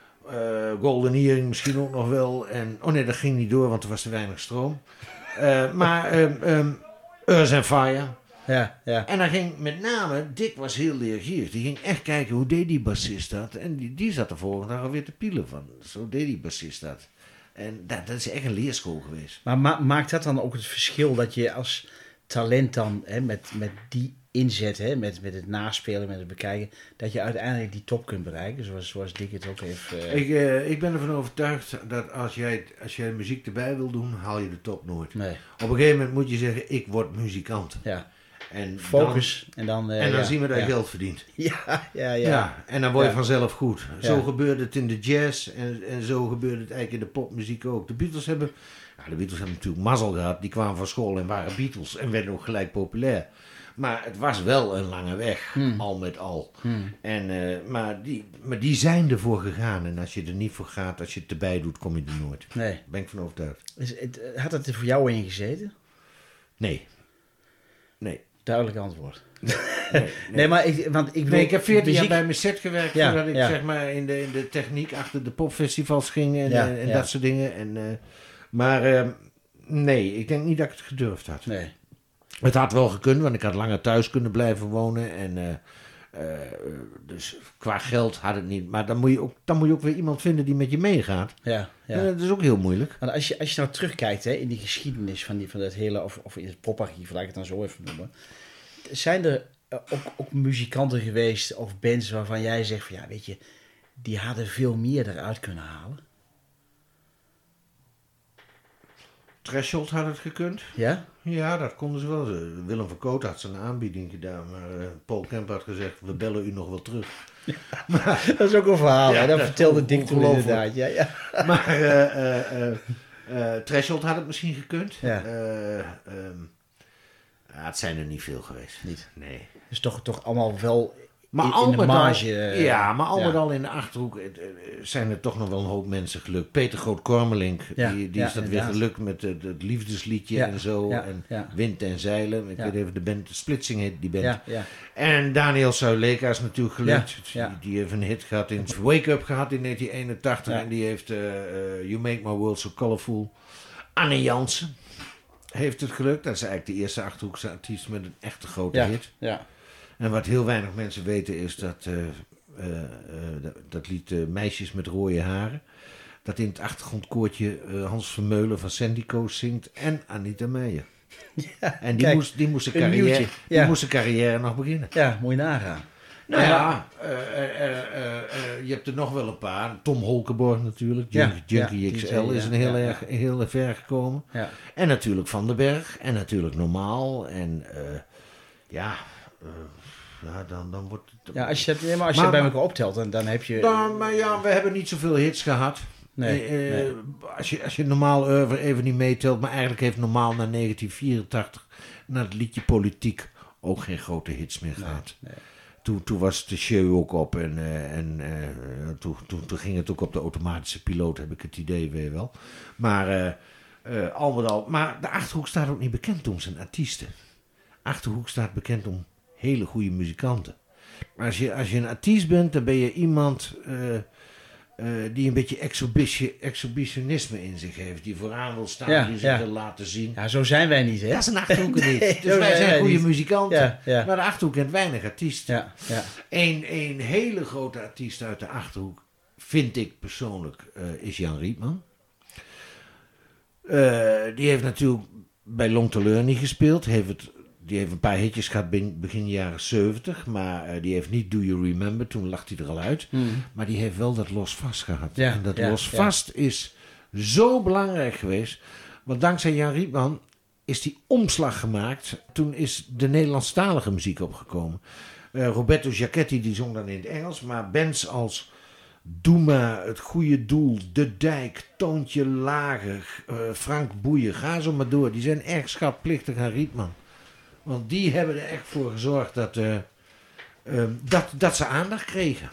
uh, Golden Earring misschien ook nog wel. En, oh nee, dat ging niet door, want er was te weinig stroom. Uh, maar um, um, Earth and Fire... Ja, ja. En dan ging met name, Dick was heel leergierig. Die ging echt kijken hoe deed die bassist dat. En die, die zat de volgende dag alweer te pielen van. Zo deed die bassist dat. En dat, dat is echt een leerschool geweest. Maar ma- maakt dat dan ook het verschil dat je als talent dan hè, met, met die inzet, hè, met, met het naspelen, met het bekijken, dat je uiteindelijk die top kunt bereiken, zoals, zoals Dick het ook heeft... Uh... Ik, uh, ik ben ervan overtuigd dat als jij, als jij muziek erbij wil doen, haal je de top nooit. Nee. Op een gegeven moment moet je zeggen, ik word muzikant. Ja. En Focus. Dan, en dan, uh, en dan ja, zien we dat je ja. geld verdient. Ja, ja, ja. ja en dan word je ja. vanzelf goed. Ja. Zo gebeurde het in de jazz en, en zo gebeurde het eigenlijk in de popmuziek ook. De Beatles hebben, nou, de Beatles hebben natuurlijk mazzel gehad. Die kwamen van school en waren Beatles en werden ook gelijk populair. Maar het was wel een lange weg, hmm. al met al. Hmm. En, uh, maar, die, maar die zijn ervoor gegaan. En als je er niet voor gaat, als je het erbij doet, kom je er nooit. Nee. Daar ben ik van overtuigd. Is het, had het er voor jou in gezeten? Nee. Nee. Duidelijk antwoord. Nee, nee. nee maar ik, want ik, bedoel, nee, ik heb veertien muziek... jaar bij mijn set gewerkt ja, voordat ik ja. zeg maar in de, in de techniek achter de popfestivals ging en, ja, en, en ja. dat soort dingen. En, uh, maar uh, nee, ik denk niet dat ik het gedurfd had. Nee. Het had wel gekund, want ik had langer thuis kunnen blijven wonen en uh, Uh, dus qua geld had het niet. Maar dan moet, je ook, dan moet je ook weer iemand vinden die met je meegaat. Ja, ja. Uh, dat is ook heel moeilijk. Want als je, als je nou terugkijkt hè, in die geschiedenis van, die, van dat hele... Of, of in het poparchief, laat ik het dan zo even noemen. Zijn er uh, ook, ook muzikanten geweest of bands waarvan jij zegt van... Ja, weet je, die hadden veel meer eruit kunnen halen? Threshold had het gekund. Ja? Ja, dat konden ze wel. Willem van Koot had zijn aanbieding gedaan, maar uh, Paul Kemp had gezegd, we bellen u nog wel terug. Ja, maar, dat is ook een verhaal, ja, hè? Dat, dat vertelde Dick toen inderdaad. Ja, ja. Maar uh, uh, uh, uh, Threshold had het misschien gekund. Ja. Uh, um, ja, het zijn er niet veel geweest. Niet? Nee. Dus toch, toch allemaal wel... Maar in, al in de marge, al, uh, ja, maar al ja. met al in de Achterhoek uh, zijn er toch nog wel een hoop mensen gelukt. Peter Groot-Kormelink, ja, die, die ja, is dat inderdaad. weer gelukt met uh, het liefdesliedje ja, en zo. ja, en ja. Wind en Zeilen. Ik ja. weet even de band, Splitsing heet die band. Ja, ja. En Daniel Suileka is natuurlijk gelukt. Ja, ja. Die, die heeft een hit gehad in Wake Up gehad in negentien eenentachtig. Ja. En die heeft uh, uh, You Make My World So Colorful. Anne Jansen heeft het gelukt. Dat is eigenlijk de eerste Achterhoekse artiest met een echte grote Ja, hit. ja. En wat heel weinig mensen weten is dat uh, uh, uh, dat, dat lied uh, Meisjes met rode haren, dat in het achtergrondkoortje uh, Hans Vermeulen van Sandico zingt en Anita Meijer. Ja, en die kijk, moest, die moest, de een carrière, nieuwtje. die Ja. moest de carrière nog beginnen. Ja, moet je nagaan. Nou ja, uh, uh, uh, uh, uh, je hebt er nog wel een paar. Tom Holkenborg natuurlijk. Ja, Junkie ja, X L die is een ja, heel, ja, erg, ja. heel ver gekomen. Ja. En natuurlijk Van den Berg. En natuurlijk Normaal. En uh, ja... Uh, Ja, dan, dan wordt het... Ja, als je het, nee, maar als maar, je het bij elkaar optelt, dan, dan heb je... Dan, maar ja, we hebben niet zoveel hits gehad. Nee, eh, nee. Als, je, als je normaal oeuvre even niet meetelt, maar eigenlijk heeft Normaal na negentien vierentachtig, na het liedje Politiek, ook geen grote hits meer gehad. Nee, nee. Toen, toen was de show ook op en, uh, en uh, toen, toen, toen ging het ook op de automatische piloot, heb ik het idee weer wel. Maar, uh, uh, al met al, maar de Achterhoek staat ook niet bekend om zijn artiesten. Achterhoek staat bekend om hele goede muzikanten. Maar als je, als je een artiest bent, dan ben je iemand uh, uh, die een beetje exhibition, exhibitionisme in zich heeft. Die vooraan wil staan, ja, die zich ja. wil laten zien. Ja, zo zijn wij niet, hè? Dat is een Achterhoek nee, niet. Dus zo wij zijn goede niet. muzikanten. Ja, ja. Maar de Achterhoek kent weinig artiesten. Ja, ja. Een, een hele grote artiest uit de Achterhoek, vind ik persoonlijk, uh, is Jan Rietman. Uh, die heeft natuurlijk bij Long Teleur niet gespeeld. Heeft het... Die heeft een paar hitjes gehad begin jaren zeventig. Maar uh, die heeft niet Do You Remember. Toen lag hij er al uit. Mm. Maar die heeft wel dat Los Vast gehad. Ja, en dat ja, Los Vast ja. is zo belangrijk geweest. Want dankzij Jan Rietman is die omslag gemaakt. Toen is de Nederlandstalige muziek opgekomen. Uh, Roberto Giachetti die zong dan in het Engels. Maar bands als Doema, Het Goede Doel, De Dijk, Toontje Lager, uh, Frank Boeien. Ga zo maar door. Die zijn erg schatplichtig aan Rietman. Want die hebben er echt voor gezorgd dat, uh, uh, dat, dat ze aandacht kregen.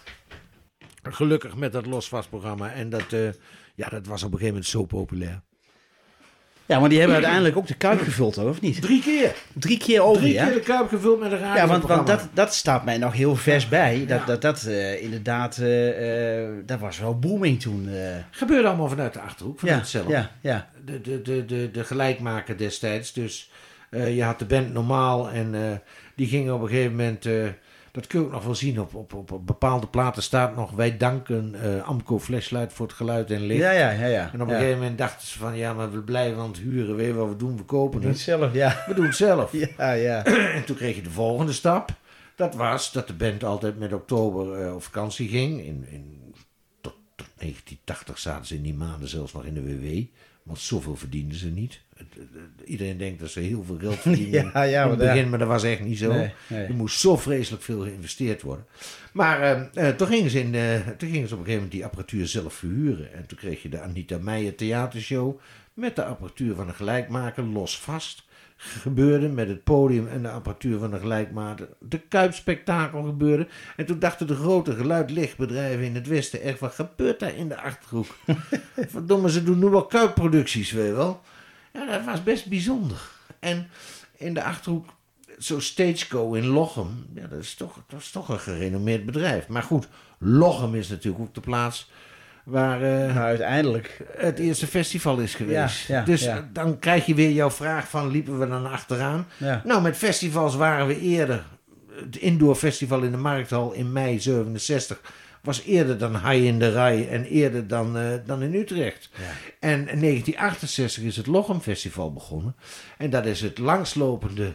Gelukkig met dat Losvast-programma. En dat, uh, ja, dat was op een gegeven moment zo populair. Ja, maar die hebben uiteindelijk ook de Kuip gevuld, hoor, of niet? Drie keer. Drie keer over, Drie ja? keer de Kuip gevuld met een radioprogramma. Ja, want, want dat, dat staat mij nog heel vers bij. Dat ja. dat, dat uh, inderdaad, uh, uh, dat was wel booming toen. Uh. Gebeurde allemaal vanuit de Achterhoek, vanuit ja, hetzelfde. Ja, ja. De, de, de, de, de gelijkmaker destijds, dus... Uh, je had de band Normaal en uh, die gingen op een gegeven moment, uh, dat kun je ook nog wel zien, op, op, op, op bepaalde platen staat nog, wij danken uh, Amco Flashlight voor het geluid en licht. Ja, ja, ja, ja. En op ja. een gegeven moment dachten ze van, ja, maar we blijven aan het huren, weet je wat we doen, we kopen we doen het zelf, ja. We doen het zelf. Ja, ja. En toen kreeg je de volgende stap, dat was dat de band altijd met oktober uh, op vakantie ging. In, in, tot, tot negentien tachtig zaten ze in die maanden zelfs nog in de W W, want zoveel verdienden ze niet. Iedereen denkt dat ze heel veel geld verdienen ja, ja, in het begin, ja. maar dat was echt niet zo. Nee, nee. Er moest zo vreselijk veel geïnvesteerd worden. Maar uh, uh, toen, gingen ze in, uh, toen gingen ze op een gegeven moment die apparatuur zelf verhuren. En toen kreeg je de Anita Meijer theatershow met de apparatuur van de gelijkmaker Los Vast. Gebeurde met het podium en de apparatuur van de gelijkmaker. De Kuipspektakel gebeurde. En toen dachten de grote geluid-lichtbedrijven in het Westen echt, wat gebeurt daar in de Achterhoek? Verdomme, ze doen nu wel Kuipproducties, weet je wel. Ja, dat was best bijzonder. En in de Achterhoek, zo Stageco in Lochem, ja, dat is toch, dat is toch een gerenommeerd bedrijf. Maar goed, Lochem is natuurlijk ook de plaats waar uh, nou, uiteindelijk het eerste festival is geweest. Ja, ja, dus ja. dan krijg je weer jouw vraag van, liepen we dan achteraan? Ja. Nou, met festivals waren we eerder het indoor festival in de Markthal in mei zevenenzestig was eerder dan Hai in de Rij en eerder dan, uh, dan in Utrecht. Ja. En in negentien achtenzestig is het Lochem Festival begonnen. En dat is het langslopende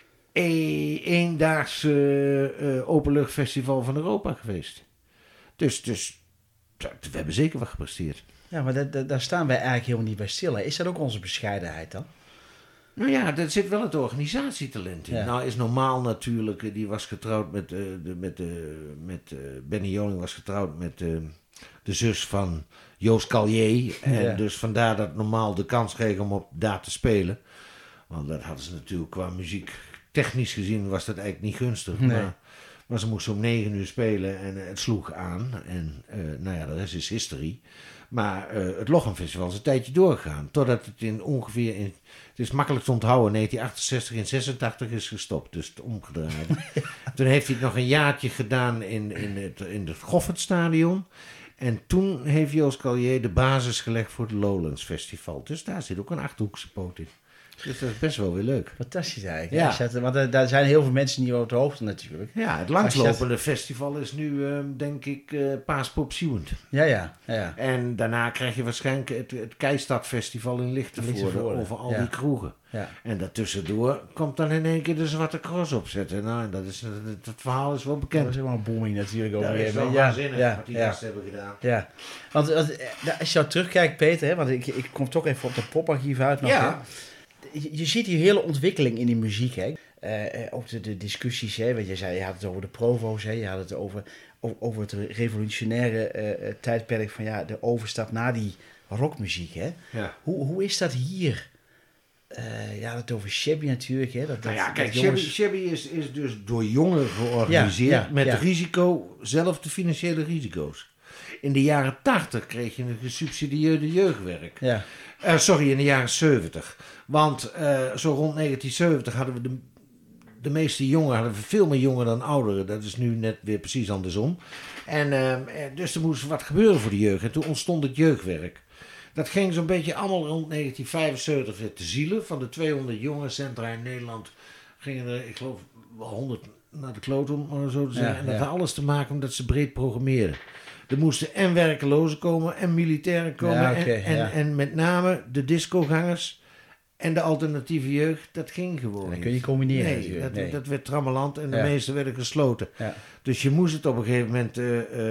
e- eendaagse uh, openluchtfestival van Europa geweest. Dus, dus we hebben zeker wat gepresteerd. Ja, maar da- da- daar staan wij eigenlijk helemaal niet bij stil. Hè? Is dat ook onze bescheidenheid dan? Nou ja, er zit wel het organisatietalent in. Ja. Nou is Normaal natuurlijk, die was getrouwd met, uh, de, met, uh, met uh, Benny Joling was getrouwd met uh, de zus van Joost Callier. En ja. dus vandaar dat Normaal de kans kreeg om op daar te spelen. Want dat hadden ze natuurlijk qua muziek, technisch gezien was dat eigenlijk niet gunstig. Nee. Maar, maar ze moesten om negen uur spelen en uh, het sloeg aan. En uh, nou ja, de rest is history. Maar uh, het Lochem Festival is een tijdje doorgegaan. Totdat het in ongeveer, in, het is makkelijk te onthouden, negentien achtenzestig in zesentachtig is gestopt. Dus het omgedraaid. Toen heeft hij het nog een jaartje gedaan in, in het, in het Goffertstadion. En toen heeft Joost Callier de basis gelegd voor het Lowlands Festival. Dus daar zit ook een Achterhoekse poot in. Dus dat is best wel weer leuk. Fantastisch eigenlijk. Ja. Ja, want er, daar zijn heel veel mensen niet op de hoogte natuurlijk. Ja, het langslopende dat... festival is nu, uh, denk ik, uh, Paaspop Zieuwend. Ja, ja, ja. En daarna krijg je waarschijnlijk het, het Keistad Festival in Lichtenvoorde over al ja. die kroegen. Ja. En daartussendoor komt dan in één keer de Zwarte Cross opzetten. Nou, dat, is, dat, dat verhaal is wel bekend. Dat is helemaal een booming natuurlijk. Dat over is wel ja, waanzinnig ja, wat die ja. gasten hebben gedaan. Ja, want als je nou terugkijkt, Peter, hè, want ik, ik kom toch even op het poparchief uit nog. Ja. Hè. Je, je ziet die hele ontwikkeling in die muziek, hè. Uh, ook de, de discussies, hè, want je zei, je had het over de provo's, hè, je had het over, over, over het revolutionaire uh, tijdperk van ja, de overstap naar die rockmuziek, hè. Ja. Hoe, hoe is dat hier? Uh, ja, het over Shabby natuurlijk, hè. Dat, nou ja, dat, kijk, dat jongens... Shabby, Shabby is, is dus door jongeren georganiseerd ja, ja, met ja. risico, zelf de financiële risico's. In de jaren tachtig kreeg je een gesubsidieerde jeugdwerk. Ja. Uh, sorry, in de jaren zeventig. Want uh, zo rond negentien zeventig hadden we de, de meeste jongeren, hadden we veel meer jongeren dan ouderen. Dat is nu net weer precies andersom. En uh, dus er moest wat gebeuren voor de jeugd. En toen ontstond het jeugdwerk. Dat ging zo'n beetje allemaal rond negentien vijfenzeventig weer te zielen. Van de tweehonderd jongerencentra in Nederland gingen er, ik geloof, wel honderd naar de kloot om, om zo te zeggen. Ja, en dat ja. had alles te maken omdat ze breed programmeerden. Er moesten en werkelozen komen en militairen komen. Ja, okay, en, ja. en, en met name de discogangers en de alternatieve jeugd, dat ging gewoon dat niet. kun je niet combineren. Nee, dat, nee. dat werd trammeland en de ja. meeste werden gesloten. Ja. Dus je moest het op een gegeven moment uh, uh,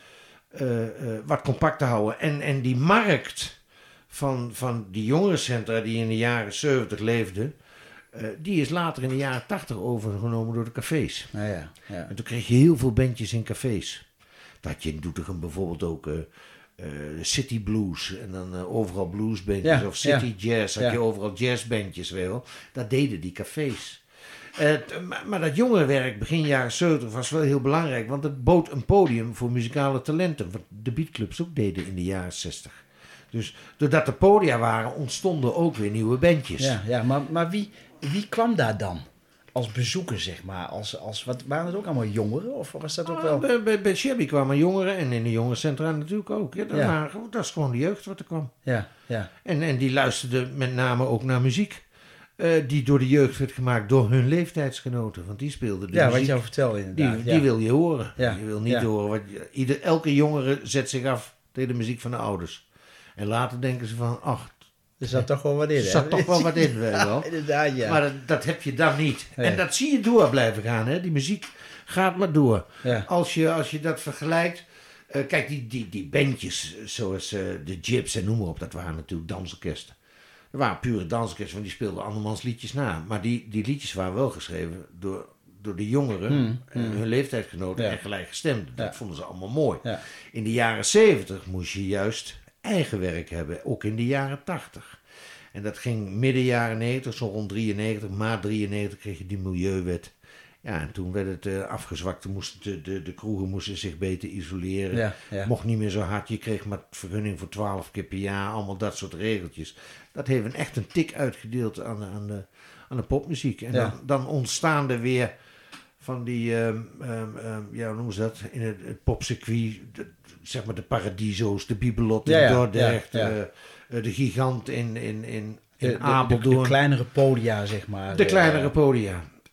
uh, uh, wat compacter houden. En, en die markt van, van die jongerencentra die in de jaren zeventig leefden, uh, die is later in de jaren tachtig overgenomen door de cafés. Ja, ja, ja. En toen kreeg je heel veel bandjes in cafés. Dat had je in Doetinchem bijvoorbeeld ook uh, uh, City Blues en dan uh, overal bluesbandjes ja, of City ja. Jazz. Had ja. je overal jazzbandjes wel. Dat deden die cafés. Uh, t- maar, maar dat jongerenwerk begin jaren zeventig was wel heel belangrijk, want het bood een podium voor muzikale talenten, wat de beatclubs ook deden in de jaren zestig. Dus doordat er podia waren, ontstonden ook weer nieuwe bandjes. Ja, ja maar, maar wie, wie kwam daar dan? Als bezoeker, zeg maar. Als, als, wat, waren het ook allemaal jongeren? Of was dat ook wel... Ah, bij, bij, bij Shabby kwamen jongeren en in de jongerencentra natuurlijk ook. Ja, dat, ja. waren, dat is gewoon de jeugd wat er kwam. Ja, ja. En, en die luisterden met name ook naar muziek. Uh, die door de jeugd werd gemaakt door hun leeftijdsgenoten. Want die speelden de ja, muziek. wat je al vertelde inderdaad. Die, ja. die wil je horen. Ja. Je wil niet ja. horen. Wat, ieder, elke jongere zet zich af tegen de muziek van de ouders. En later denken ze van, ach... Er zat toch wel wat in, hè? Er zat toch wel wat in, weet je wel. Ja, inderdaad, ja. Maar dat, dat heb je dan niet. Nee. En dat zie je door blijven gaan, hè. Die muziek gaat maar door. Ja. Als, je, als je dat vergelijkt... Uh, kijk, die, die, die bandjes, zoals uh, de Gyps en noem maar op, dat waren natuurlijk dansorkesten. Dat waren pure dansorkesten, want die speelden andermans liedjes na. Maar die, die liedjes waren wel geschreven door, door de jongeren, hmm, hmm. hun leeftijdsgenoten ja. en gelijkgestemden. Dat ja. vonden ze allemaal mooi. Ja. In de jaren zeventig moest je juist eigen werk hebben, ook in de jaren tachtig. En dat ging midden jaren negentig, zo rond drieënnegentig, maart drieënnegentig kreeg je die milieuwet. Ja, en toen werd het uh, afgezwakt. Moesten de, de, de kroegen moesten zich beter isoleren. Ja, ja. Mocht niet meer zo hard. Je kreeg maar vergunning voor twaalf keer per jaar. Allemaal dat soort regeltjes. Dat heeft een, echt een tik uitgedeeld aan, aan, de, aan de popmuziek. En ja. dan, dan ontstaan er weer van die, um, um, um, ja, hoe noemen ze dat? In het, het popcircuit, de, zeg maar de Paradiso's, de Bibelot in ja, ja, Dordrecht, ja, ja. Uh, de Gigant in, in, in, in de, Apeldoorn. De, de, de kleinere podia, zeg maar. De kleinere podia.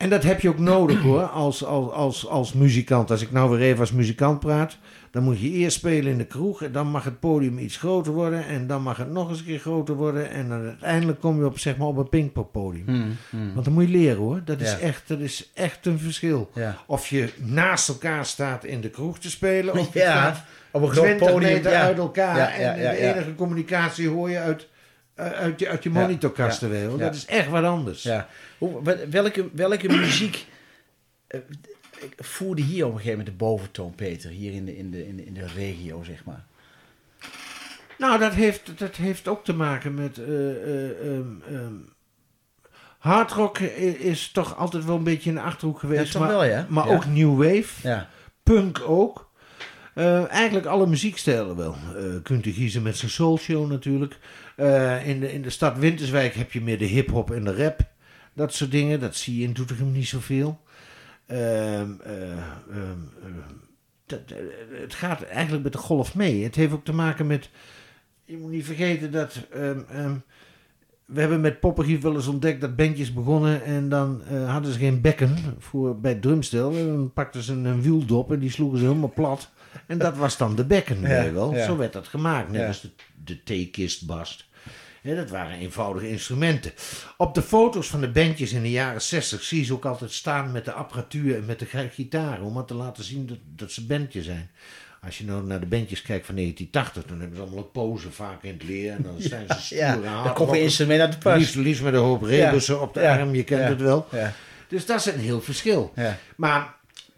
En dat heb je ook nodig hoor, als, als, als, als muzikant. Als ik nou weer even als muzikant praat, dan moet je eerst spelen in de kroeg. En dan mag het podium iets groter worden. En dan mag het nog eens een keer groter worden. En dan uiteindelijk kom je op, zeg maar, op een Pinkpop-podium. Mm, mm. Want dan moet je leren hoor. Dat is, ja. echt, dat is echt een verschil. Ja. Of je naast elkaar staat in de kroeg te spelen. Of je ja, staat op een groot podium meter ja. uit elkaar. Ja, ja, ja, en de ja. enige communicatie hoor je uit, uit, je, uit je monitorkasten ja, ja, weer. Ja. Dat is echt wat anders. Ja. Welke, welke muziek uh, voerde hier op een gegeven moment de boventoon, Peter? Hier in de, in de, in de, in de regio, zeg maar. Nou, dat heeft, dat heeft ook te maken met... Uh, uh, um, um, hardrock is toch altijd wel een beetje in de Achterhoek geweest. Ja, maar wel, ja. maar ja. ook New Wave. Ja. Punk ook. Uh, eigenlijk alle muziekstijlen wel. Uh, kunt u kiezen met zijn soul show natuurlijk. Uh, in, de, in de stad Winterswijk heb je meer de hip-hop en de rap. Dat soort dingen. Dat zie je in Doetinchem niet zoveel. Uh, uh, uh, uh, dat, uh, het gaat eigenlijk met de golf mee. Het heeft ook te maken met... Je moet niet vergeten dat... Um, um, we hebben met Poppengief wel eens ontdekt dat bandjes begonnen en dan uh, hadden ze geen bekken voor, bij het drumstel. En dan pakten ze een, een wieldop en die sloegen ze helemaal plat. En dat was dan de bekken, ja, wel. Ja. Zo werd dat gemaakt, net ja. als de, de theekistbast. Ja, dat waren eenvoudige instrumenten. Op de foto's van de bandjes in de jaren zestig zie je ze ook altijd staan met de apparatuur en met de gitaar, om maar te laten zien dat, dat ze bandje zijn. Als je nou naar de bandjes kijkt van negentien tachtig, dan hebben ze allemaal ook pose vaak in het leer. En dan zijn ze stoer ja, aan. Dan kom je instrument uit de pas. Liefst, liefst met een hoop rebussen ja. op de ja. arm, je kent ja. het wel. Ja. Dus dat is een heel verschil. Ja. Maar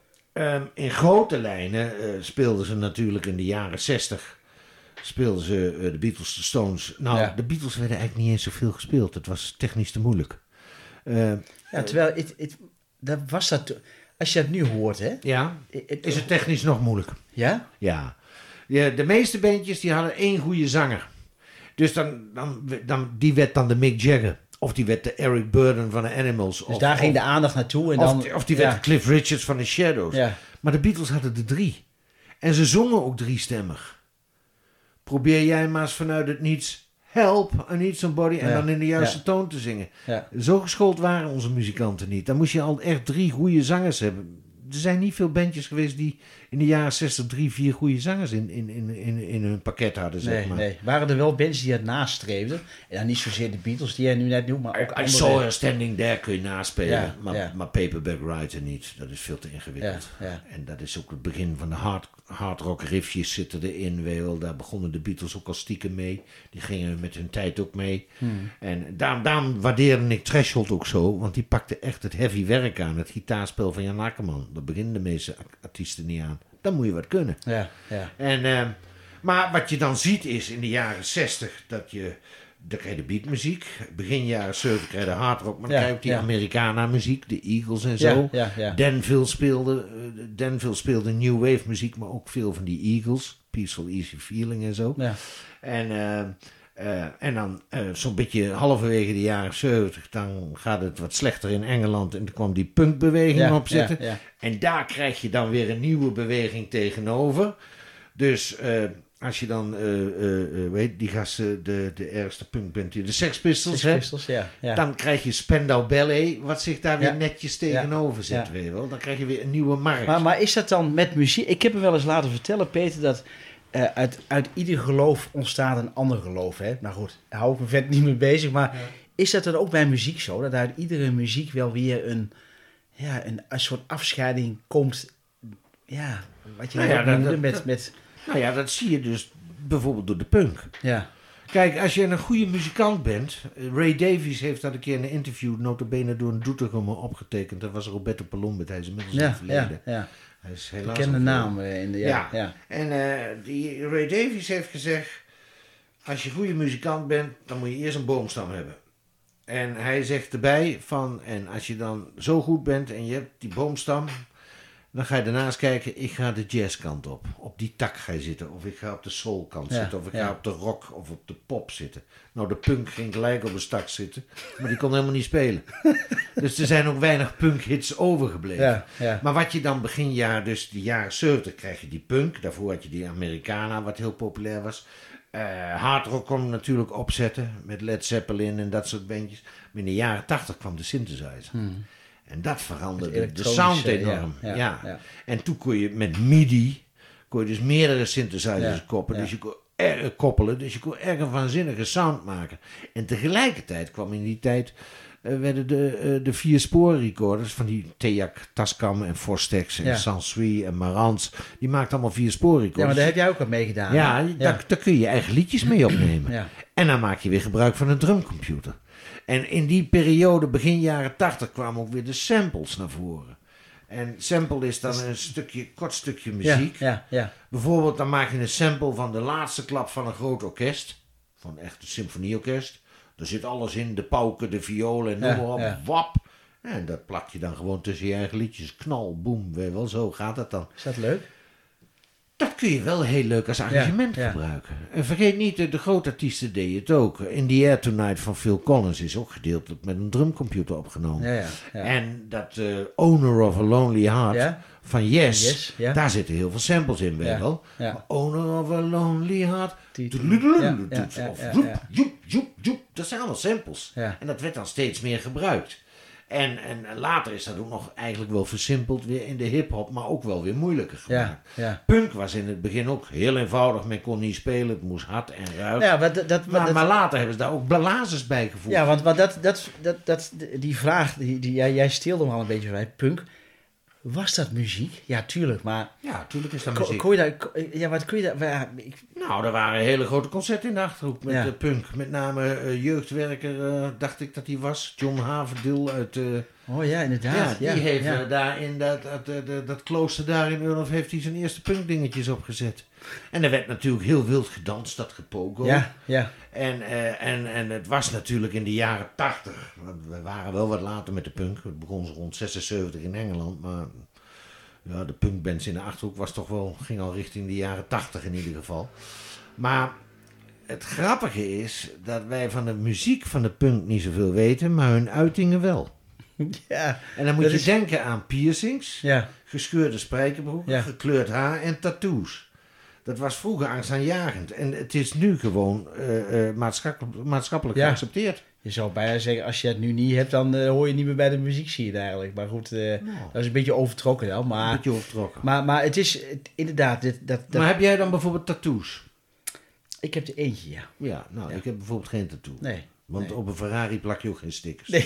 um, in grote lijnen uh, speelden ze natuurlijk in de jaren zestig... speelden ze uh, de Beatles, de Stones. Nou, ja. de Beatles werden eigenlijk niet eens zoveel gespeeld. Het was technisch te moeilijk. Uh, ja, terwijl, it, it, dat was dat... Als je het nu hoort, hè? Ja, is het technisch nog moeilijk. Ja? Ja. ja de meeste bandjes die hadden één goede zanger. Dus dan, dan, dan, die werd dan de Mick Jagger. Of die werd de Eric Burdon van de Animals. Dus of, daar ging of, de aandacht naartoe. En of, dan, die, of die werd ja. Cliff Richards van de Shadows. Ja. Maar de Beatles hadden er drie. En ze zongen ook driestemmig. Probeer jij maar eens vanuit het niets... Help, I need somebody. En ja. dan in de juiste ja. toon te zingen. Ja. Zo geschoold waren onze muzikanten niet. Dan moest je al echt drie goede zangers hebben. Er zijn niet veel bandjes geweest die in de jaren zestig drie, vier goede zangers in, in, in, in, in hun pakket hadden. Zeg nee, maar. nee. Waren er wel bands die het nastreefden? En dan niet zozeer de Beatles die jij nu net noemt, maar ook andere... I Saw Her Standing There kun je naspelen. Ja, maar, ja. maar Paperback Writer niet. Dat is veel te ingewikkeld. Ja, ja. En dat is ook het begin van de hard, hard rock riffjes zitten erin. Wel. Daar begonnen de Beatles ook al stiekem mee. Die gingen met hun tijd ook mee. Hmm. En daarom, daarom waardeerde ik Threshold ook zo. Want die pakte echt het heavy werk aan. Het gitaarspel van Jan Akkerman. Daar beginnen de meeste artiesten niet aan. Dan moet je wat kunnen. Ja, ja. En, uh, maar wat je dan ziet is in de jaren zestig dat je... Dan krijg je de beatmuziek. Begin jaren zeventig krijg je de hardrock. Maar dan ja, krijg je ook die ja. Americana muziek. De Eagles en zo. Ja, ja, ja. Danville speelde, uh, Danville speelde new wave muziek. Maar ook veel van die Eagles. Peaceful Easy Feeling en zo. Ja. En, uh, uh, en dan uh, zo'n beetje halverwege de jaren zeventig. Dan gaat het wat slechter in Engeland. En dan kwam die punkbeweging ja, opzetten. Ja, ja. En daar krijg je dan weer een nieuwe beweging tegenover. Dus... Uh, Als je dan, uh, uh, uh, weet die gasten, de, de ergste punkband, de Sex Pistols, Sex Pistols ja, ja. dan krijg je Spandau Ballet, wat zich daar weer ja. netjes tegenover zet. Ja. Weet je wel. Dan krijg je weer een nieuwe markt. Maar, maar is dat dan met muziek? Ik heb me wel eens laten vertellen, Peter, dat uh, uit, uit ieder geloof ontstaat een ander geloof. Hè? Nou goed, daar hou ik me vet niet mee bezig. Maar ja. is dat dan ook bij muziek zo? Dat uit iedere muziek wel weer een, ja, een, een soort afscheiding komt? Ja, wat je nou ja, noemde dat, met... Dat, met Nou ja, dat zie je dus bijvoorbeeld door de punk. Ja. Kijk, als je een goede muzikant bent... Ray Davies heeft dat een keer in een interview... notabene door een Doetinchem opgetekend. Dat was Roberto Palombet. Hij is inmiddels ja, in verleden. Ja, ja. Hij is helaas... Bekende naam in de... Ja, ja. ja. En uh, die Ray Davies heeft gezegd... Als je een goede muzikant bent... dan moet je eerst een boomstam hebben. En hij zegt erbij van... En als je dan zo goed bent en je hebt die boomstam... Dan ga je daarnaast kijken, ik ga de jazzkant op. Op die tak ga je zitten. Of ik ga op de soulkant ja, zitten. Of ik ja. ga op de rock of op de pop zitten. Nou, de punk ging gelijk op een stak zitten. Maar die kon helemaal niet spelen. Dus er zijn ook weinig punkhits overgebleven. Ja, ja. Maar wat je dan begin jaar, dus de jaren zeventig, krijg je die punk. Daarvoor had je die Americana, wat heel populair was. Uh, hardrock kon natuurlijk opzetten. Met Led Zeppelin en dat soort bandjes. Maar in de jaren tachtig kwam de synthesizer. Hmm. En dat veranderde de sound enorm. Ja, ja, ja. ja. En toen kon je met MIDI, kon je dus meerdere synthesizers ja, koppelen. Ja. Dus je kon er, koppelen. Dus je kon erg een waanzinnige sound maken. En tegelijkertijd kwam in die tijd, uh, werden de, uh, de vier sporen recorders van die Tejac, Tascam en Fostex en ja. Sansui en Marantz. Die maakten allemaal vier sporen recorders. Ja, maar daar heb jij ook wat mee gedaan. Ja, ja. Daar, daar kun je eigen liedjes mee opnemen. Ja. En dan maak je weer gebruik van een drumcomputer. En in die periode, begin jaren tachtig, kwamen ook weer de samples naar voren. En sample is dan een stukje, kort stukje muziek. Ja, ja, ja. Bijvoorbeeld, dan maak je een sample van de laatste klap van een groot orkest. Van echt een symfonieorkest. Daar zit alles in, de pauken, de violen en noem maar op. Ja. Wap. En dat plak je dan gewoon tussen je eigen liedjes. Knal, boem, weet wel, zo gaat dat dan. Is dat leuk? Dat kun je wel heel leuk als arrangement ja, ja. gebruiken. En vergeet niet, de, de grote artiesten deden het ook. In the Air Tonight van Phil Collins is ook gedeeltelijk met een drumcomputer opgenomen. Ja, ja, ja. En dat uh, Owner of a Lonely Heart ja? van Yes, yes ja. daar zitten heel veel samples in, weet ja, wel. Ja. Owner of a Lonely Heart. Dat zijn allemaal samples. Ja. En dat werd dan steeds meer gebruikt. En, en later is dat ook nog eigenlijk wel versimpeld weer in de hip-hop, maar ook wel weer moeilijker gemaakt. Ja, ja. Punk was in het begin ook heel eenvoudig, men kon niet spelen, het moest hard en ruig. Ja, maar, dat, dat, maar, dat, maar later hebben ze daar ook blazers bij gevoegd. Ja, want, want dat, dat, dat, dat, die vraag, die, die, jij, jij steelde hem al een beetje bij Punk. Was dat muziek? Ja, tuurlijk, maar... Ja, tuurlijk is dat muziek. Kon je daar... Ja, wat kun je daar... Ja, ik... Nou, er waren hele grote concerten in de Achterhoek met ja. de Punk. Met name uh, jeugdwerker, uh, dacht ik dat hij was. John Haverdil uit... Uh, oh ja, inderdaad. Ja, die ja, heeft ja. Uh, daar in dat, dat, dat, dat klooster daar in Urlof heeft hij zijn eerste punkdingetjes opgezet. En er werd natuurlijk heel wild gedanst, dat gepogo. Ja, ja. En, uh, en, en het was natuurlijk in de jaren tachtig. We waren wel wat later met de punk. Het begon rond zesenzeventig in Engeland, maar... Ja, de punkbands in de Achterhoek was toch wel, ging al richting de jaren tachtig in ieder geval. Maar het grappige is dat wij van de muziek van de punk niet zoveel weten, maar hun uitingen wel. Ja, en dan moet je is... denken aan piercings, ja. gescheurde spijkerbroeken, ja. gekleurd haar en tattoos. Dat was vroeger angstaanjagend. En het is nu gewoon uh, uh, maatschappelijk, maatschappelijk ja. geaccepteerd. Je zou bijna zeggen, als je het nu niet hebt, dan uh, hoor je niet meer bij de muziek zien eigenlijk. Maar goed, uh, nou. dat is een beetje overtrokken dan. Maar, een beetje overtrokken. Maar, maar het is het, inderdaad... Dit, dat, dat... Maar heb jij dan bijvoorbeeld tattoos? Ik heb er eentje, ja. Ja, nou, ja. ik heb bijvoorbeeld geen tattoo. Nee. Want nee. op een Ferrari plak je ook geen stickers. Nee.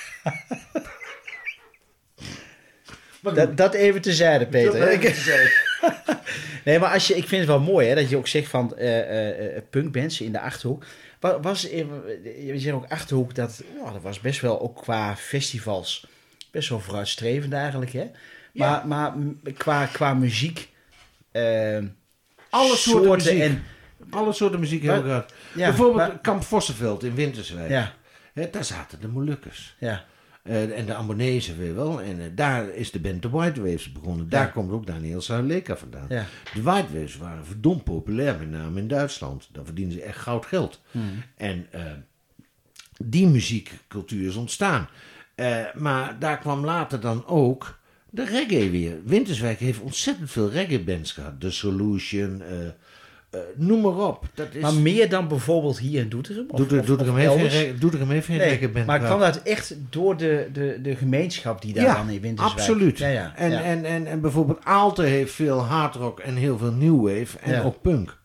dat, dat even tezijde, Peter. Dat even tezijde. Nee, maar als je, ik vind het wel mooi hè, dat je ook zegt van uh, uh, punkbands in de Achterhoek. Was, je zegt ook Achterhoek, dat, oh, dat was best wel ook qua festivals best wel vooruitstrevend eigenlijk. Hè? Maar, ja. maar qua, qua muziek, uh, alle soorten, soorten muziek. En, alle soorten muziek hebben we gehad. Ja, bijvoorbeeld maar, Kamp Vossenveld in Winterswijk. Ja. Hè, daar zaten de Molukkers. Ja. Uh, en de Ambonezen weer wel. En uh, daar is de band The White Waves begonnen. Daar ja. komt ook Daniel Sauleka vandaan. Ja. De White Waves waren verdomd populair, met name in Duitsland. Daar verdienen ze echt goud geld. Hmm. En uh, die muziekcultuur is ontstaan. Uh, maar daar kwam later dan ook de reggae weer. Winterswijk heeft ontzettend veel reggae-bands gehad. The Solution... Uh, Uh, noem maar op. Dat is... Maar meer dan bijvoorbeeld hier in Doetinchem? Of, Doetinchem, of, Doetinchem, of heeft, geen, Doetinchem heeft geen nee, reggae-band. Maar kwam dat echt door de, de, de gemeenschap die daar ja, dan in Winterswijk... Absoluut. Ja, ja, en, ja. En, en, en bijvoorbeeld Aalte heeft veel hardrock en heel veel new wave en ja. ook punk.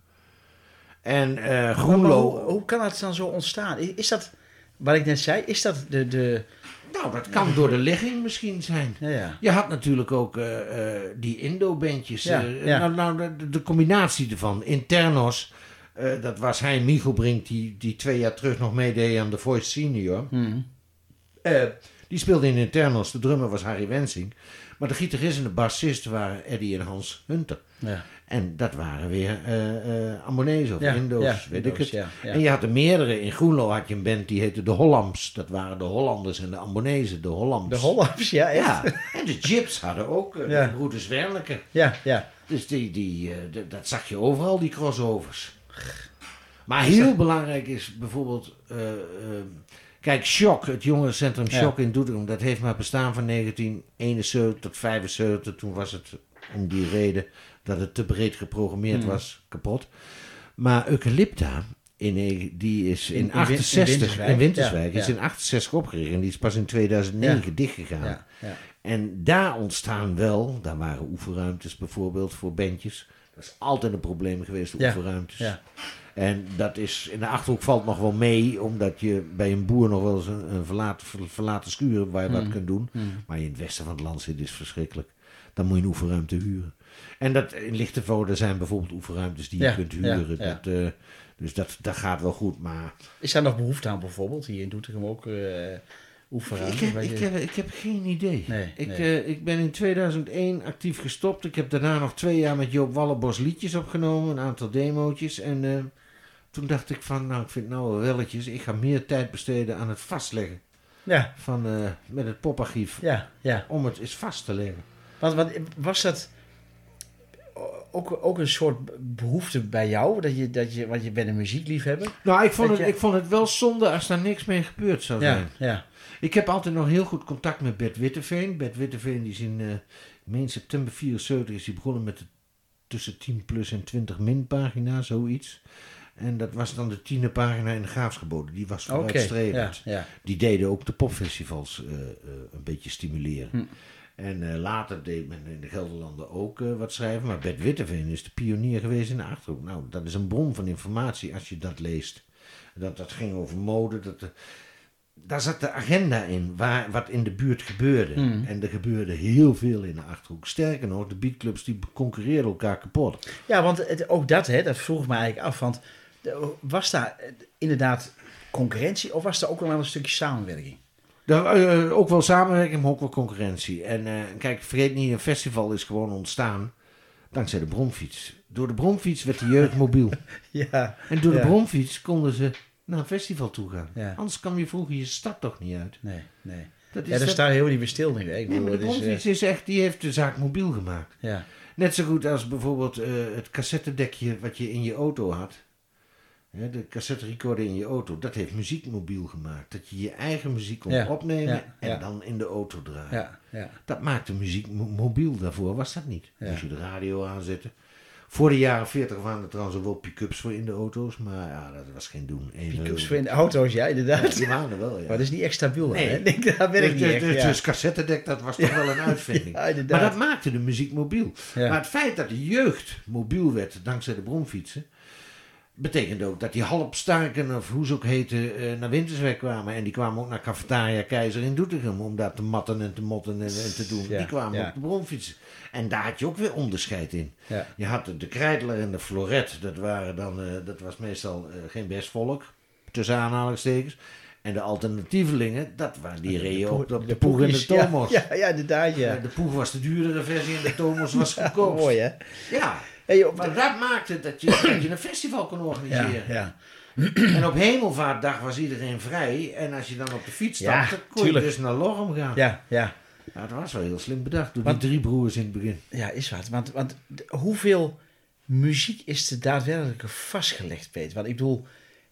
En uh, Groenlo... Hoe, hoe kan het dan zo ontstaan? Is, is dat, wat ik net zei, is dat de... de Nou, dat kan door de ligging misschien zijn. Ja, ja. Je had natuurlijk ook uh, uh, die Indo-bandjes. Ja, uh, ja. Nou, nou de, de combinatie ervan. Internos, uh, dat was hij, Michelbrink, die, die twee jaar terug nog meedeed aan The Voice Senior. Mm. Uh, die speelde in Internos. De drummer was Harry Wensing. Maar de gitarist en de bassist waren Eddie en Hans Hunter. Ja. En dat waren weer uh, uh, Ambonezen of ja, Indo's, ja, weet Indo's, ik het. Ja, ja. En je had er meerdere. In Groenlo had je een band die heette de Hollams. Dat waren de Hollanders en de Ambonezen, de Hollams. De Hollams, ja, echt. Ja. En de Gyps hadden ook, uh, ja. de broeders Werleke. Ja, ja. Dus die, die, uh, de, dat zag je overal, die crossovers. Maar heel dat... belangrijk is bijvoorbeeld... Uh, uh, kijk, Shock, het jongerencentrum Shock ja. in Doetinchem... dat heeft maar bestaan van negentien eenenzeventig tot vijfenzeventig. Toen was het om die reden... dat het te breed geprogrammeerd mm. was, kapot. Maar Eucalypta In, die is in, in achtenzestig, in Winterswijk, in Winterswijk ja, is ja. in achtenzestig opgericht en die is pas in tweeduizend negen ja. dichtgegaan. Ja, ja. En daar ontstaan wel, daar waren oefenruimtes bijvoorbeeld voor bandjes. Dat is altijd een probleem geweest, de ja. oefenruimtes. Ja. En dat is, in de Achterhoek valt nog wel mee, omdat je bij een boer nog wel eens een, een verlaten, verlaten schuur hebt waar je mm. wat kunt doen. Mm. Maar in het westen van het land zit is verschrikkelijk. Dan moet je een oefenruimte huren. En dat, in Lichtenvoorde zijn bijvoorbeeld oefenruimtes die ja. je kunt huren. Ja, ja. Dat, uh, dus dat, dat gaat wel goed, maar... Is daar nog behoefte aan bijvoorbeeld? Hier in Doetinchem ook uh, oefenruimte? Ik heb, ik, heb, ik heb geen idee. Nee, ik, nee. Uh, ik ben in tweeduizend één actief gestopt. Ik heb daarna nog twee jaar met Joop Wallenbos liedjes opgenomen. Een aantal demootjes. En uh, toen dacht ik van, nou ik vind het nou wel welletjes. Ik ga meer tijd besteden aan het vastleggen. Ja. Van, uh, met het poparchief. Ja, ja. Om het eens vast te leggen. Want, want was dat... Ook, ook een soort behoefte bij jou, dat je, dat je, want je bent een muziekliefhebber. Nou, ik vond, het, je... ik vond het wel zonde als daar niks mee gebeurd zou zijn. Ja, ja. Ik heb altijd nog heel goed contact met Bert Witteveen. Bert Witteveen die is in, uh, meen september vierenzeventig is hij begonnen met de tussen tien plus en twintig min pagina, zoiets. En dat was dan de tiende pagina in de Graafsgeboden. Die was vooruitstrevend. Okay, ja, ja. Die deden ook de popfestivals uh, uh, een beetje stimuleren. Hm. En uh, later deed men in de Gelderlanden ook uh, wat schrijven. Maar Bert Witteveen is de pionier geweest in de Achterhoek. Nou, dat is een bron van informatie als je dat leest. Dat, dat ging over mode. Dat, uh, daar zat de agenda in, waar, wat in de buurt gebeurde. Mm. En er gebeurde heel veel in de Achterhoek. Sterker nog, de beatclubs die concurreerden elkaar kapot. Ja, want het, ook dat, hè, dat vroeg me eigenlijk af. Want was daar inderdaad concurrentie of was er ook wel een stukje samenwerking? Daar, uh, ook wel samenwerking, maar ook wel concurrentie. En uh, kijk, vergeet niet, een festival is gewoon ontstaan dankzij de bromfiets. Door de bromfiets werd de jeugd mobiel. Ja, en door de ja. bromfiets konden ze naar een festival toe gaan. Ja. Anders kwam je vroeger je stad toch niet uit. Nee, nee. Dat is ja, daar dat... staan heel niet meer stil nu. Ik nee, maar de bromfiets is, uh... is echt, die heeft de zaak mobiel gemaakt. Ja. Net zo goed als bijvoorbeeld uh, het cassettedekje wat je in je auto had. Ja, de cassette recorder in je auto, dat heeft muziek mobiel gemaakt. Dat je je eigen muziek kon ja, opnemen ja, en ja. dan in de auto draaien. Ja, ja. Dat maakte muziek mo- mobiel, daarvoor was dat niet. Ja. Moest je de radio aanzetten. Voor de jaren veertig waren er trouwens wel pick-ups voor in de auto's, maar ja, dat was geen doen. Pick-ups voor in de auto's, ja, inderdaad. Ja, die waren er wel, ja. Maar dat is niet echt stabiel, nee. Hè? Ik, dat ben ik dus, niet echt, dus, ja. dus cassettedek, dat was toch ja. wel een uitvinding. Ja, maar dat maakte de muziek mobiel. Ja. Maar het feit dat de jeugd mobiel werd, dankzij de bromfietsen, betekende ook dat die halpstaken, of hoe ze ook heten, uh, naar Winterswijk kwamen. En die kwamen ook naar Cafetaria Keizer in Doetinchem om daar te matten en te motten en, en te doen. Ja, die kwamen ja. op de bromfietsen. En daar had je ook weer onderscheid in. Ja. Je had de, de Kreidler en de Floret, dat waren dan, uh, dat was meestal uh, geen best volk, tussen aanhalingstekens. En de alternatievelingen, dat waren die reden op de, de, de Poeg en de Tomos. Ja, ja, ja inderdaad, ja. Uh, de Poeg was de duurdere versie en de Tomos was goedkoop. Mooi, hè? Ja. Hey, op, maar dat maakte dat je, dat je een festival kon organiseren. Ja, ja. En op Hemelvaartdag was iedereen vrij. En als je dan op de fiets stapte, ja, kon tuurlijk. je dus naar Lochem gaan. Ja, ja. Ja, dat was wel heel slim bedacht door want, die drie broers in het begin. Ja, is wat. Want, want hoeveel muziek is er daadwerkelijk vastgelegd, Peter? Want ik bedoel,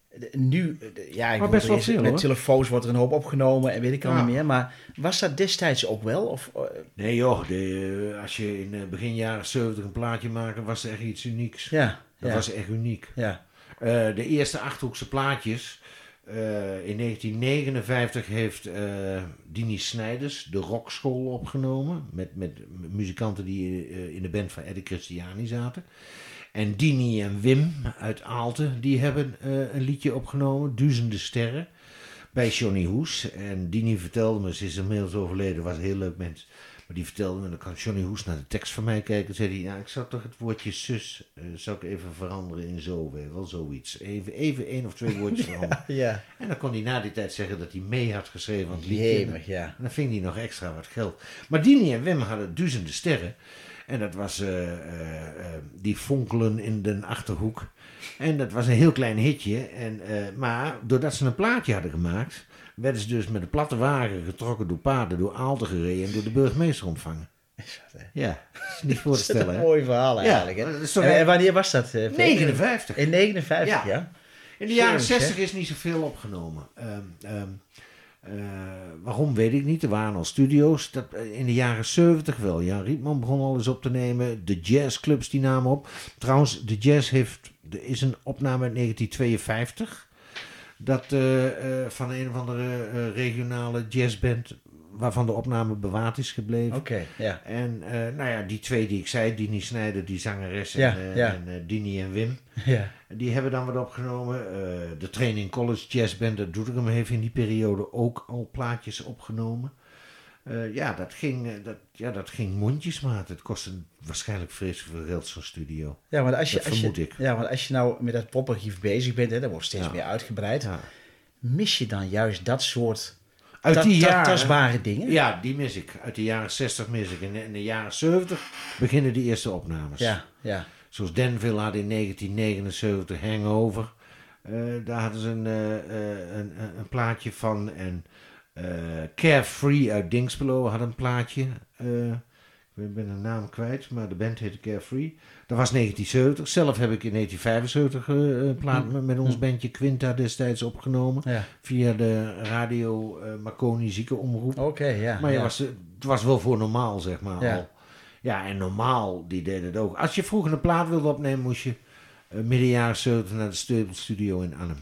nu, ja, ik maar best wel veel, met hoor. telefoons wordt er een hoop opgenomen en weet ik al ja. niet meer. Maar was dat destijds ook wel? Of, uh... Nee joh, de, als je in begin jaren zeventig een plaatje maakte, was het echt iets unieks. Ja, dat ja. was echt uniek. Ja. Uh, de eerste Achterhoekse plaatjes, uh, in negentien negenenvijftig heeft uh, Dini Snijders de rockschool opgenomen. Met, met muzikanten die uh, in de band van Eddie Christiani zaten. En Dini en Wim uit Aalten, die hebben uh, een liedje opgenomen, Duizenden Sterren, bij Johnny Hoes. En Dini vertelde me, ze is inmiddels overleden, was een heel leuk mens. Maar die vertelde me, dan kan Johnny Hoes naar de tekst van mij kijken. En zei hij, ja, ik zou toch het woordje zus, uh, zou ik even veranderen in zo, wel zoiets. Even, even één of twee woordjes veranderen. Ja, ja. En dan kon hij na die tijd zeggen dat hij mee had geschreven aan het liedje. Jemig, ja. En dan ving hij nog extra wat geld. Maar Dini en Wim hadden Duizenden Sterren. En dat was uh, uh, uh, die fonkelen in den Achterhoek. En dat was een heel klein hitje. En, uh, maar doordat ze een plaatje hadden gemaakt, werden ze dus met een platte wagen getrokken door paarden, door Aalten gereden en door de burgemeester ontvangen. Is dat, hè? Ja, dat is niet voor te stellen. Dat is een mooi verhaal eigenlijk. Ja, hè? Toch, en wanneer was dat? Uh, negenenvijftig. In negenenvijftig, ja. ja. In de jaren zestig is niet zoveel opgenomen. Um, um, Uh, waarom weet ik niet, er waren al studio's. Dat, uh, in de jaren zeventig wel. Jan Rietman begon al eens op te nemen. De jazzclubs die namen op. Trouwens, de jazz heeft er is een opname uit negentien tweeënvijftig. Dat uh, uh, van een of andere uh, regionale jazzband, waarvan de opname bewaard is gebleven. Oké, okay, ja. En uh, nou ja, die twee die ik zei, Dini Snijder, die zangeres, ja, en, uh, ja. en uh, Dini en Wim, ja. die hebben dan wat opgenomen. Uh, de Training College Jazzband uit Doetinchem heeft in die periode ook al plaatjes opgenomen. Uh, ja, dat ging, uh, dat, ja, dat ging mondjesmaat. Het kostte waarschijnlijk vreselijk veel geld zo'n studio. Ja, maar als je, dat als vermoed je, ik. Ja, want als je nou met dat poparchief bezig bent, hè, dat wordt steeds ja. meer uitgebreid. Ja. Mis je dan juist dat soort uit ta- die ta- jaren, tastbare dingen? Ja, die mis ik. Uit de jaren zestig mis ik. In de, in de jaren zeventig beginnen die eerste opnames. Ja, ja. Zoals Danville had in negentien negenenzeventig Hangover. Uh, daar hadden ze een, uh, uh, een, een plaatje van. En uh, Carefree uit Dingsbelo had een plaatje. Uh, ik ben de naam kwijt, maar de band heette Carefree. Dat was negentien zeventig. Zelf heb ik in negentien vijfenzeventig uh, een plaat mm. met ons bandje Quinta destijds opgenomen. Ja. Via de Radio uh, Marconi Ziekenomroep. Oké, okay, ja. Maar je ja. was, het was wel voor normaal, zeg maar. Ja. Al. Ja, en normaal, die deed het ook. Als je vroeger een plaat wilde opnemen, moest je uh, midden jaren zeventig naar de Steubel Studio in Arnhem.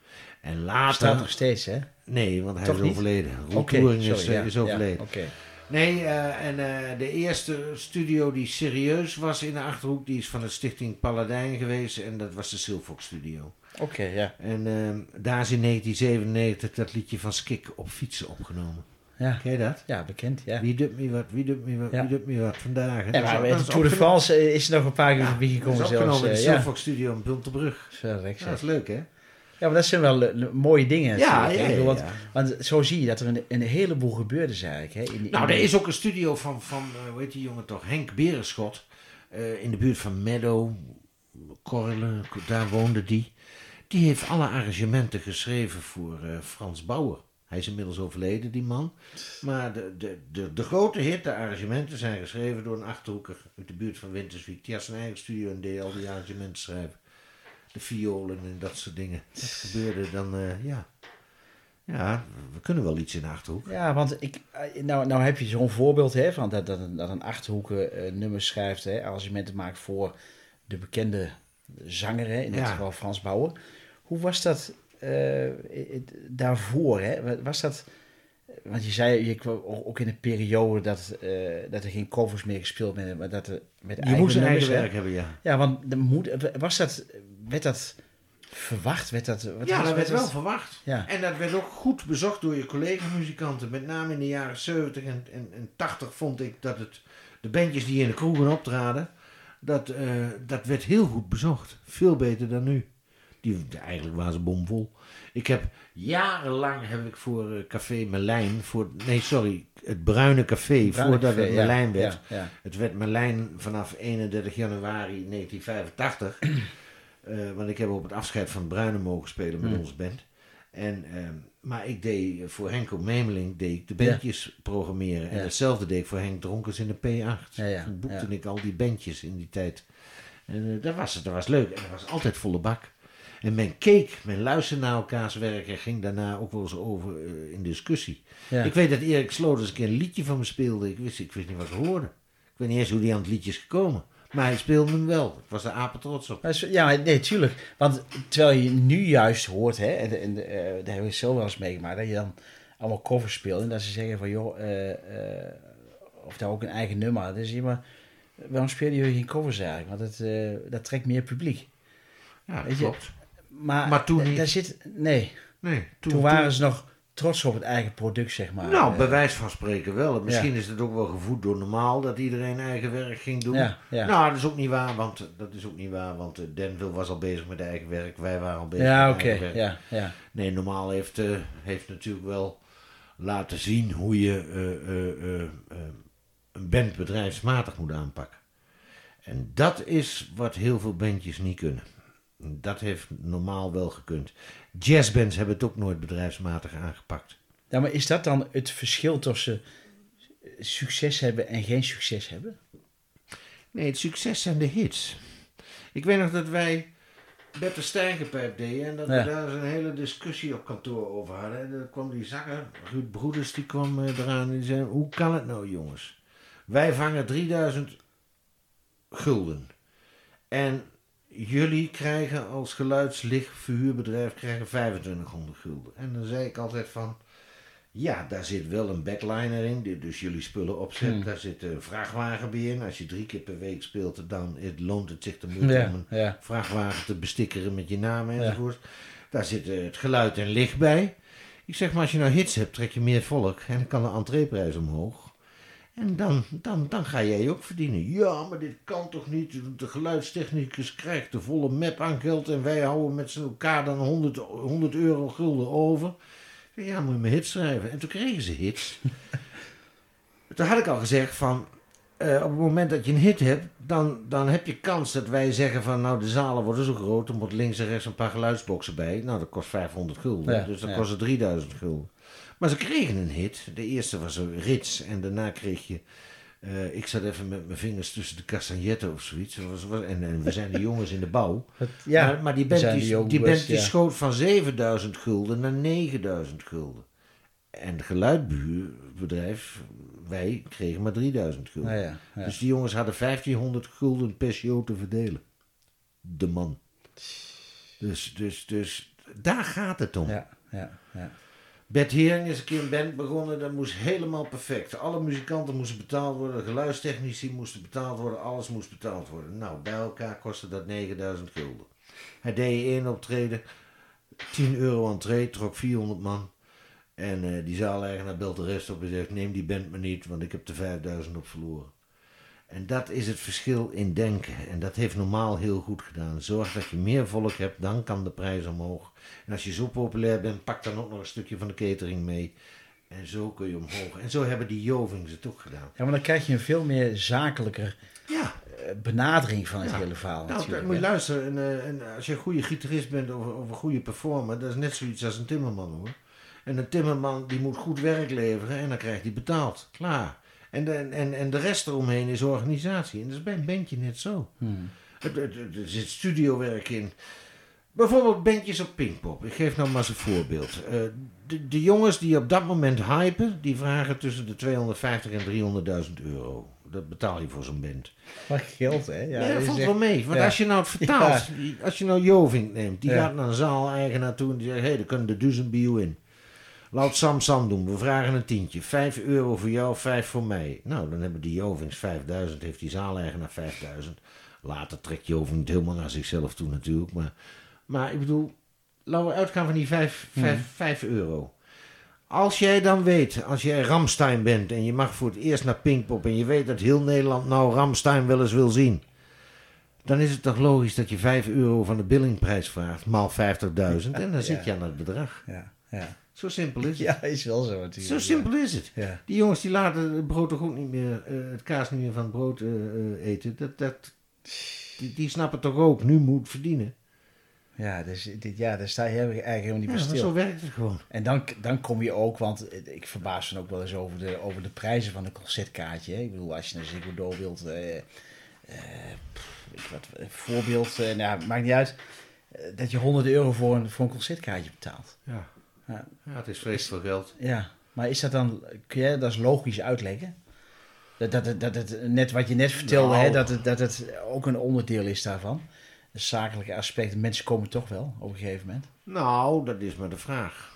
En later... Staat nog steeds, hè? Nee, want hij Toch is niet? overleden. Roel Okay, Touring sorry, is, ja, is overleden. Ja, okay. Nee, uh, en uh, de eerste studio die serieus was in de Achterhoek, die is van de stichting Paladijn geweest. En dat was de Silfox Studio. Oké, okay, ja. En uh, daar is in negentien zevenennegentig dat liedje van Skik op fietsen opgenomen. Ja. Ken je dat? Ja, bekend, ja. Wie doet me wat, wie doet me wat, ja. wie doet me wat vandaag. Hè? Ja, maar bij de Tour de France is er nog een paar keer voorbij gekomen zelfs. Dat is opgenomen in de ja. Silfox Studio in Buntelbrug. Verrek, ja, dat is leuk, hè? Ja, maar dat zijn wel uh, mooie dingen. Ja, ja, ja, ja. Want, ja. want zo zie je dat er een, een heleboel gebeurde is eigenlijk. Hè, in, in nou, de... er is ook een studio van, van uh, hoe heet die jongen toch, Henk Berenschot. Uh, in de buurt van Meadow, Korrelen, daar woonde die. Die heeft alle arrangementen geschreven voor uh, Frans Bauer. Hij is inmiddels overleden, die man. Maar de, de, de, de grote hit, de arrangementen zijn geschreven door een Achterhoeker uit de buurt van Winterswijk. Die had zijn eigen studio en deed al die arrangementen schrijven. De violen en dat soort dingen. Dat gebeurde dan, uh, ja. Ja, we kunnen wel iets in de Achterhoek. Ja, want ik, nou, nou heb je zo'n voorbeeld hè, van dat, dat, dat een Achterhoeker uh, nummers schrijft, hè, arrangementen maakt voor de bekende zanger, hè, in dit ja. geval Frans Bauer. Hoe was dat uh, daarvoor? Hè? Was dat, want je zei je kwam ook in een periode dat, uh, dat er geen covers meer gespeeld werden, maar dat er met je eigen moest een nummers, eigen hè? werk hebben, ja. Ja, want de moed, was dat, werd dat verwacht? Werd dat, wat ja, was, dat werd was, wel verwacht. Ja. En dat werd ook goed bezocht door je collega-muzikanten. Met name in de jaren zeventig en, en, en tachtig vond ik dat het, de bandjes die in de kroegen optraden, dat, uh, dat werd heel goed bezocht. Veel beter dan nu. Die, eigenlijk waren ze bomvol. Ik heb jarenlang heb ik voor uh, Café Merlijn, voor, nee sorry, het Bruine Café, Bruine voordat Café, het Merlijn ja, werd. Ja, ja. Het werd Merlijn vanaf eenendertig januari negentien vijfentachtig. uh, want ik heb op het afscheid van het Bruine mogen spelen met mm. onze band. En, uh, maar ik deed voor Henko Memeling deed ik de bandjes ja. programmeren. En ja. hetzelfde deed ik voor Henk Dronkers in de P acht. Ja, ja, Toen boekte ja. ik al die bandjes in die tijd. En uh, dat, was, dat was leuk. En dat was altijd volle bak. En men keek, men luisterde naar elkaars werk en ging daarna ook wel eens over uh, in discussie. Ja. Ik weet dat Erik Sloot eens een keer een liedje van me speelde. Ik wist, ik wist niet wat ik hoorde. Ik weet niet eens hoe die aan het liedje is gekomen. Maar hij speelde hem wel. Ik was er apen trots op. Ja, nee, tuurlijk. Want terwijl je nu juist hoort, hè, en, en uh, daar heb ik zelf wel eens meegemaakt, dat je dan allemaal covers speelt en dat ze zeggen van, joh, uh, uh, of daar ook een eigen nummer had. Dus je maar, waarom spelen jullie geen covers eigenlijk? Want het, uh, dat trekt meer publiek. Ja, weet klopt. Je? Maar, maar toen niet. Daar zit, nee. nee toen, toen waren toen... ze nog trots op het eigen product, zeg maar. Nou, bij wijze van spreken wel. Misschien ja. is het ook wel gevoed door normaal dat iedereen eigen werk ging doen. Ja, ja. Nou, dat is ook niet waar, want dat is ook niet waar, want Danville was al bezig met eigen werk. Wij waren al bezig ja, met okay. eigen werk. Ja, ja. Nee, normaal heeft, uh, heeft natuurlijk wel laten zien hoe je uh, uh, uh, uh, een band bedrijfsmatig moet aanpakken. En dat is wat heel veel bandjes niet kunnen. Dat heeft normaal wel gekund. Jazzbands hebben het ook nooit bedrijfsmatig aangepakt. Ja, maar is dat dan het verschil tussen succes hebben en geen succes hebben? Nee, het succes zijn de hits. Ik weet nog dat wij Bette Stijgerpijp deden en dat ja. we daar eens een hele discussie op kantoor over hadden. En dan kwam die zanger, Ruud Broeders, die kwam uh, eraan en die zei, hoe kan het nou jongens? Wij vangen drieduizend gulden. En jullie krijgen als geluidslichtverhuurbedrijf krijgen vijfentwintighonderd gulden. En dan zei ik altijd van, ja, daar zit wel een backliner in, die dus jullie spullen opzet. Hmm. Daar zit een vrachtwagen bij in. Als je drie keer per week speelt, dan het loont het zich te moeite ja, om een ja. vrachtwagen te bestikkeren met je naam enzovoort. Ja. Daar zit het geluid en licht bij. Ik zeg maar, als je nou hits hebt, trek je meer volk en dan kan de entreeprijs omhoog. En dan, dan, dan ga jij ook verdienen. Ja, maar dit kan toch niet? De geluidstechnicus krijgt de volle map aan geld en wij houden met z'n elkaar dan honderd, honderd euro gulden over. Ja, moet je mijn hits schrijven. En toen kregen ze hits. Toen had ik al gezegd van, uh, op het moment dat je een hit hebt, dan, dan heb je kans dat wij zeggen van, nou de zalen worden zo groot, er moet links en rechts een paar geluidsboxen bij. Nou, dat kost vijfhonderd gulden, ja, dus dat ja. kost het drieduizend gulden. Maar ze kregen een hit. De eerste was een Rits en daarna kreeg je, uh, ik zat even met mijn vingers tussen de castagnetten of zoiets. Was, was, en, en we zijn de jongens in de bouw. Het, ja, maar, maar die band, die, die, die, band die ja. schoot van zevenduizend gulden naar negenduizend gulden. En het geluidbedrijf, wij kregen maar drieduizend gulden. Ja, ja, ja. Dus die jongens hadden vijftienhonderd gulden per show te verdelen. De man. Dus, dus, dus daar gaat het om. Ja, ja, ja. Bert Hering is een keer een band begonnen, dat moest helemaal perfect. Alle muzikanten moesten betaald worden, de geluidstechnici moesten betaald worden, alles moest betaald worden. Nou, bij elkaar kostte dat negenduizend gulden. Hij deed één optreden, tien euro entree, trok vierhonderd man. En uh, die zaaleigenaar belt de rest op en zegt, neem die band maar niet, want ik heb er vijfduizend op verloren. En dat is het verschil in denken. En dat heeft normaal heel goed gedaan. Zorg dat je meer volk hebt, dan kan de prijs omhoog. En als je zo populair bent, pak dan ook nog een stukje van de catering mee. En zo kun je omhoog. En zo hebben die Jovings het ook gedaan. Ja, maar dan krijg je een veel meer zakelijker ja. benadering van het ja. hele verhaal. Nou, natuurlijk, moet je luisteren. En, en als je een goede gitarist bent of, of een goede performer, dat is net zoiets als een timmerman hoor. En een timmerman die moet goed werk leveren en dan krijgt hij betaald. Klaar. En de, en, en de rest eromheen is organisatie. En dat is bij een bandje net zo. Hmm. Er, er, er zit studiowerk in. Bijvoorbeeld bandjes op Pinkpop. Ik geef nou maar eens een voorbeeld. Uh, de, de jongens die op dat moment hypen, die vragen tussen de tweehonderdvijftig en driehonderdduizend euro. Dat betaal je voor zo'n band. Wat geld, hè? Ja, ja dat valt echt wel mee. Want ja. als je nou het vertaalt, ja. als je nou Joving neemt, die ja. gaat naar een zaal-eigenaar toe en die zegt, hé, hey, daar kunnen er duizend bio in. Laat Sam Sam doen, we vragen een tientje. Vijf euro voor jou, vijf voor mij. Nou, dan hebben die Jovings vijfduizend, heeft die zaaleigenaar vijfduizend. Later trekt Joving het helemaal naar zichzelf toe natuurlijk. Maar, maar ik bedoel, laten we uitgaan van die vijf, vijf, hmm. vijf euro. Als jij dan weet, als jij Rammstein bent en je mag voor het eerst naar Pinkpop en je weet dat heel Nederland nou Rammstein wel eens wil zien, dan is het toch logisch dat je vijf euro van de billingprijs vraagt, maal vijftigduizend en dan ja. zit je aan het bedrag. Ja, ja. Zo simpel is het. Ja, is wel zo natuurlijk. Zo simpel is het. Ja. Die jongens die laten het brood toch ook niet meer, uh, het kaas niet meer van het brood uh, uh, eten. Dat, dat, die, die snappen toch ook, nu moet verdienen. Ja, dus, dit, ja, daar sta je eigenlijk helemaal niet bij ja, stil. Zo werkt het gewoon. En dan, dan kom je ook, want ik verbaas me ook wel eens over de, over de prijzen van een concertkaartje. Hè. Ik bedoel, als je naar Ziggo Dome wilt, uh, uh, pff, ik wat, een voorbeeld, uh, nou, maakt niet uit, uh, dat je honderd euro voor een, voor een concertkaartje betaalt. Ja. Ja, ja, het is vreselijk veel geld. Ja, maar is dat dan, kun jij dat als logisch uitleggen? Dat, dat, dat, dat het, net wat je net vertelde, nou, hè, dat, het, dat het ook een onderdeel is daarvan. De zakelijke aspecten, mensen komen toch wel op een gegeven moment. Nou, dat is maar de vraag.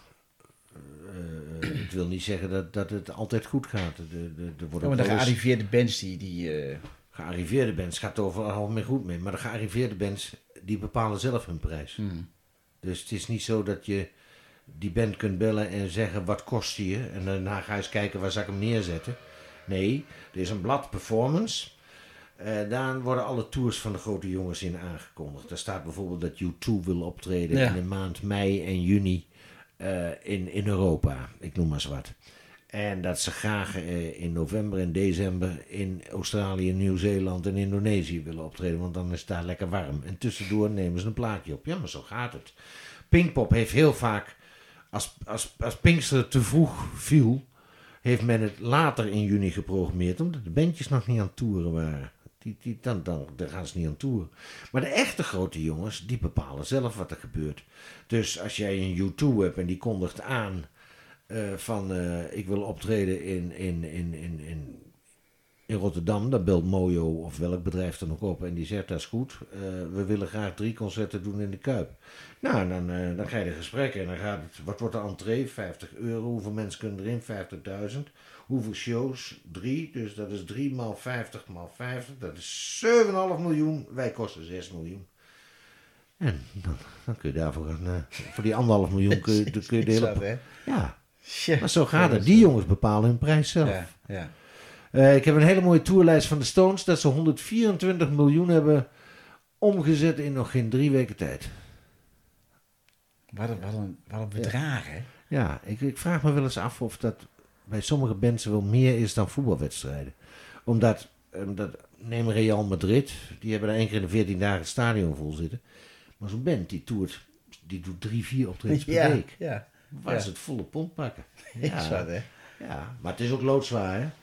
Uh, ik wil niet zeggen dat, dat het altijd goed gaat. De, de, de worden ja, maar de gearriveerde bands die... die uh... Gearriveerde bands gaat overal mee goed mee. Maar de gearriveerde bands, die bepalen zelf hun prijs. Hmm. Dus het is niet zo dat je die band kunt bellen en zeggen wat kost je. En daarna ga je eens kijken waar zal ik hem neerzetten. Nee, er is een blad performance. Uh, daar worden alle tours van de grote jongens in aangekondigd. Daar staat bijvoorbeeld dat U twee wil optreden ja. in de maand mei en juni uh, in, in Europa. Ik noem maar eens wat. En dat ze graag uh, in november en december in Australië, Nieuw-Zeeland en Indonesië willen optreden. Want dan is het daar lekker warm. En tussendoor nemen ze een plaatje op. Ja, maar zo gaat het. Pinkpop heeft heel vaak, als, als, als Pinkster te vroeg viel, heeft men het later in juni geprogrammeerd. Omdat de bandjes nog niet aan het toeren waren. Die, die, dan, dan, dan gaan ze niet aan toeren. Maar de echte grote jongens, die bepalen zelf wat er gebeurt. Dus als jij een U twee hebt en die kondigt aan uh, van uh, ik wil optreden in, in, in, in, in, in Rotterdam, daar belt Mojo of welk bedrijf dan ook op en die zegt dat is goed, uh, we willen graag drie concerten doen in de Kuip. Nou, dan, uh, dan ga je de gesprekken en dan gaat het, wat wordt de entree? vijftig euro, hoeveel mensen kunnen erin? vijftigduizend. Hoeveel shows? Drie, dus dat is drie maal vijftig maal vijftig, dat is zeven komma vijf miljoen, wij kosten zes miljoen. En dan, dan kun je daarvoor gaan, uh, voor die anderhalf miljoen kun je, kun je delen. Op, ja, Shit. Maar zo gaat het. Die jongens bepalen hun prijs zelf. Ja, ja. Uh, ik heb een hele mooie tourlijst van de Stones dat ze honderdvierentwintig miljoen hebben omgezet in nog geen drie weken tijd. Wat een, wat een, wat een bedrag, hè? Ja, ik, ik vraag me wel eens af of dat bij sommige bands wel meer is dan voetbalwedstrijden. Omdat, omdat neem Real Madrid, die hebben er één keer in de veertien dagen het stadion vol zitten. Maar zo'n band die toert, die doet drie, vier optredens per ja, week. Ja. Waar ja. ze het volle pond pakken. Ja. Is dat, hè? Ja, maar het is ook loodzwaar, hè?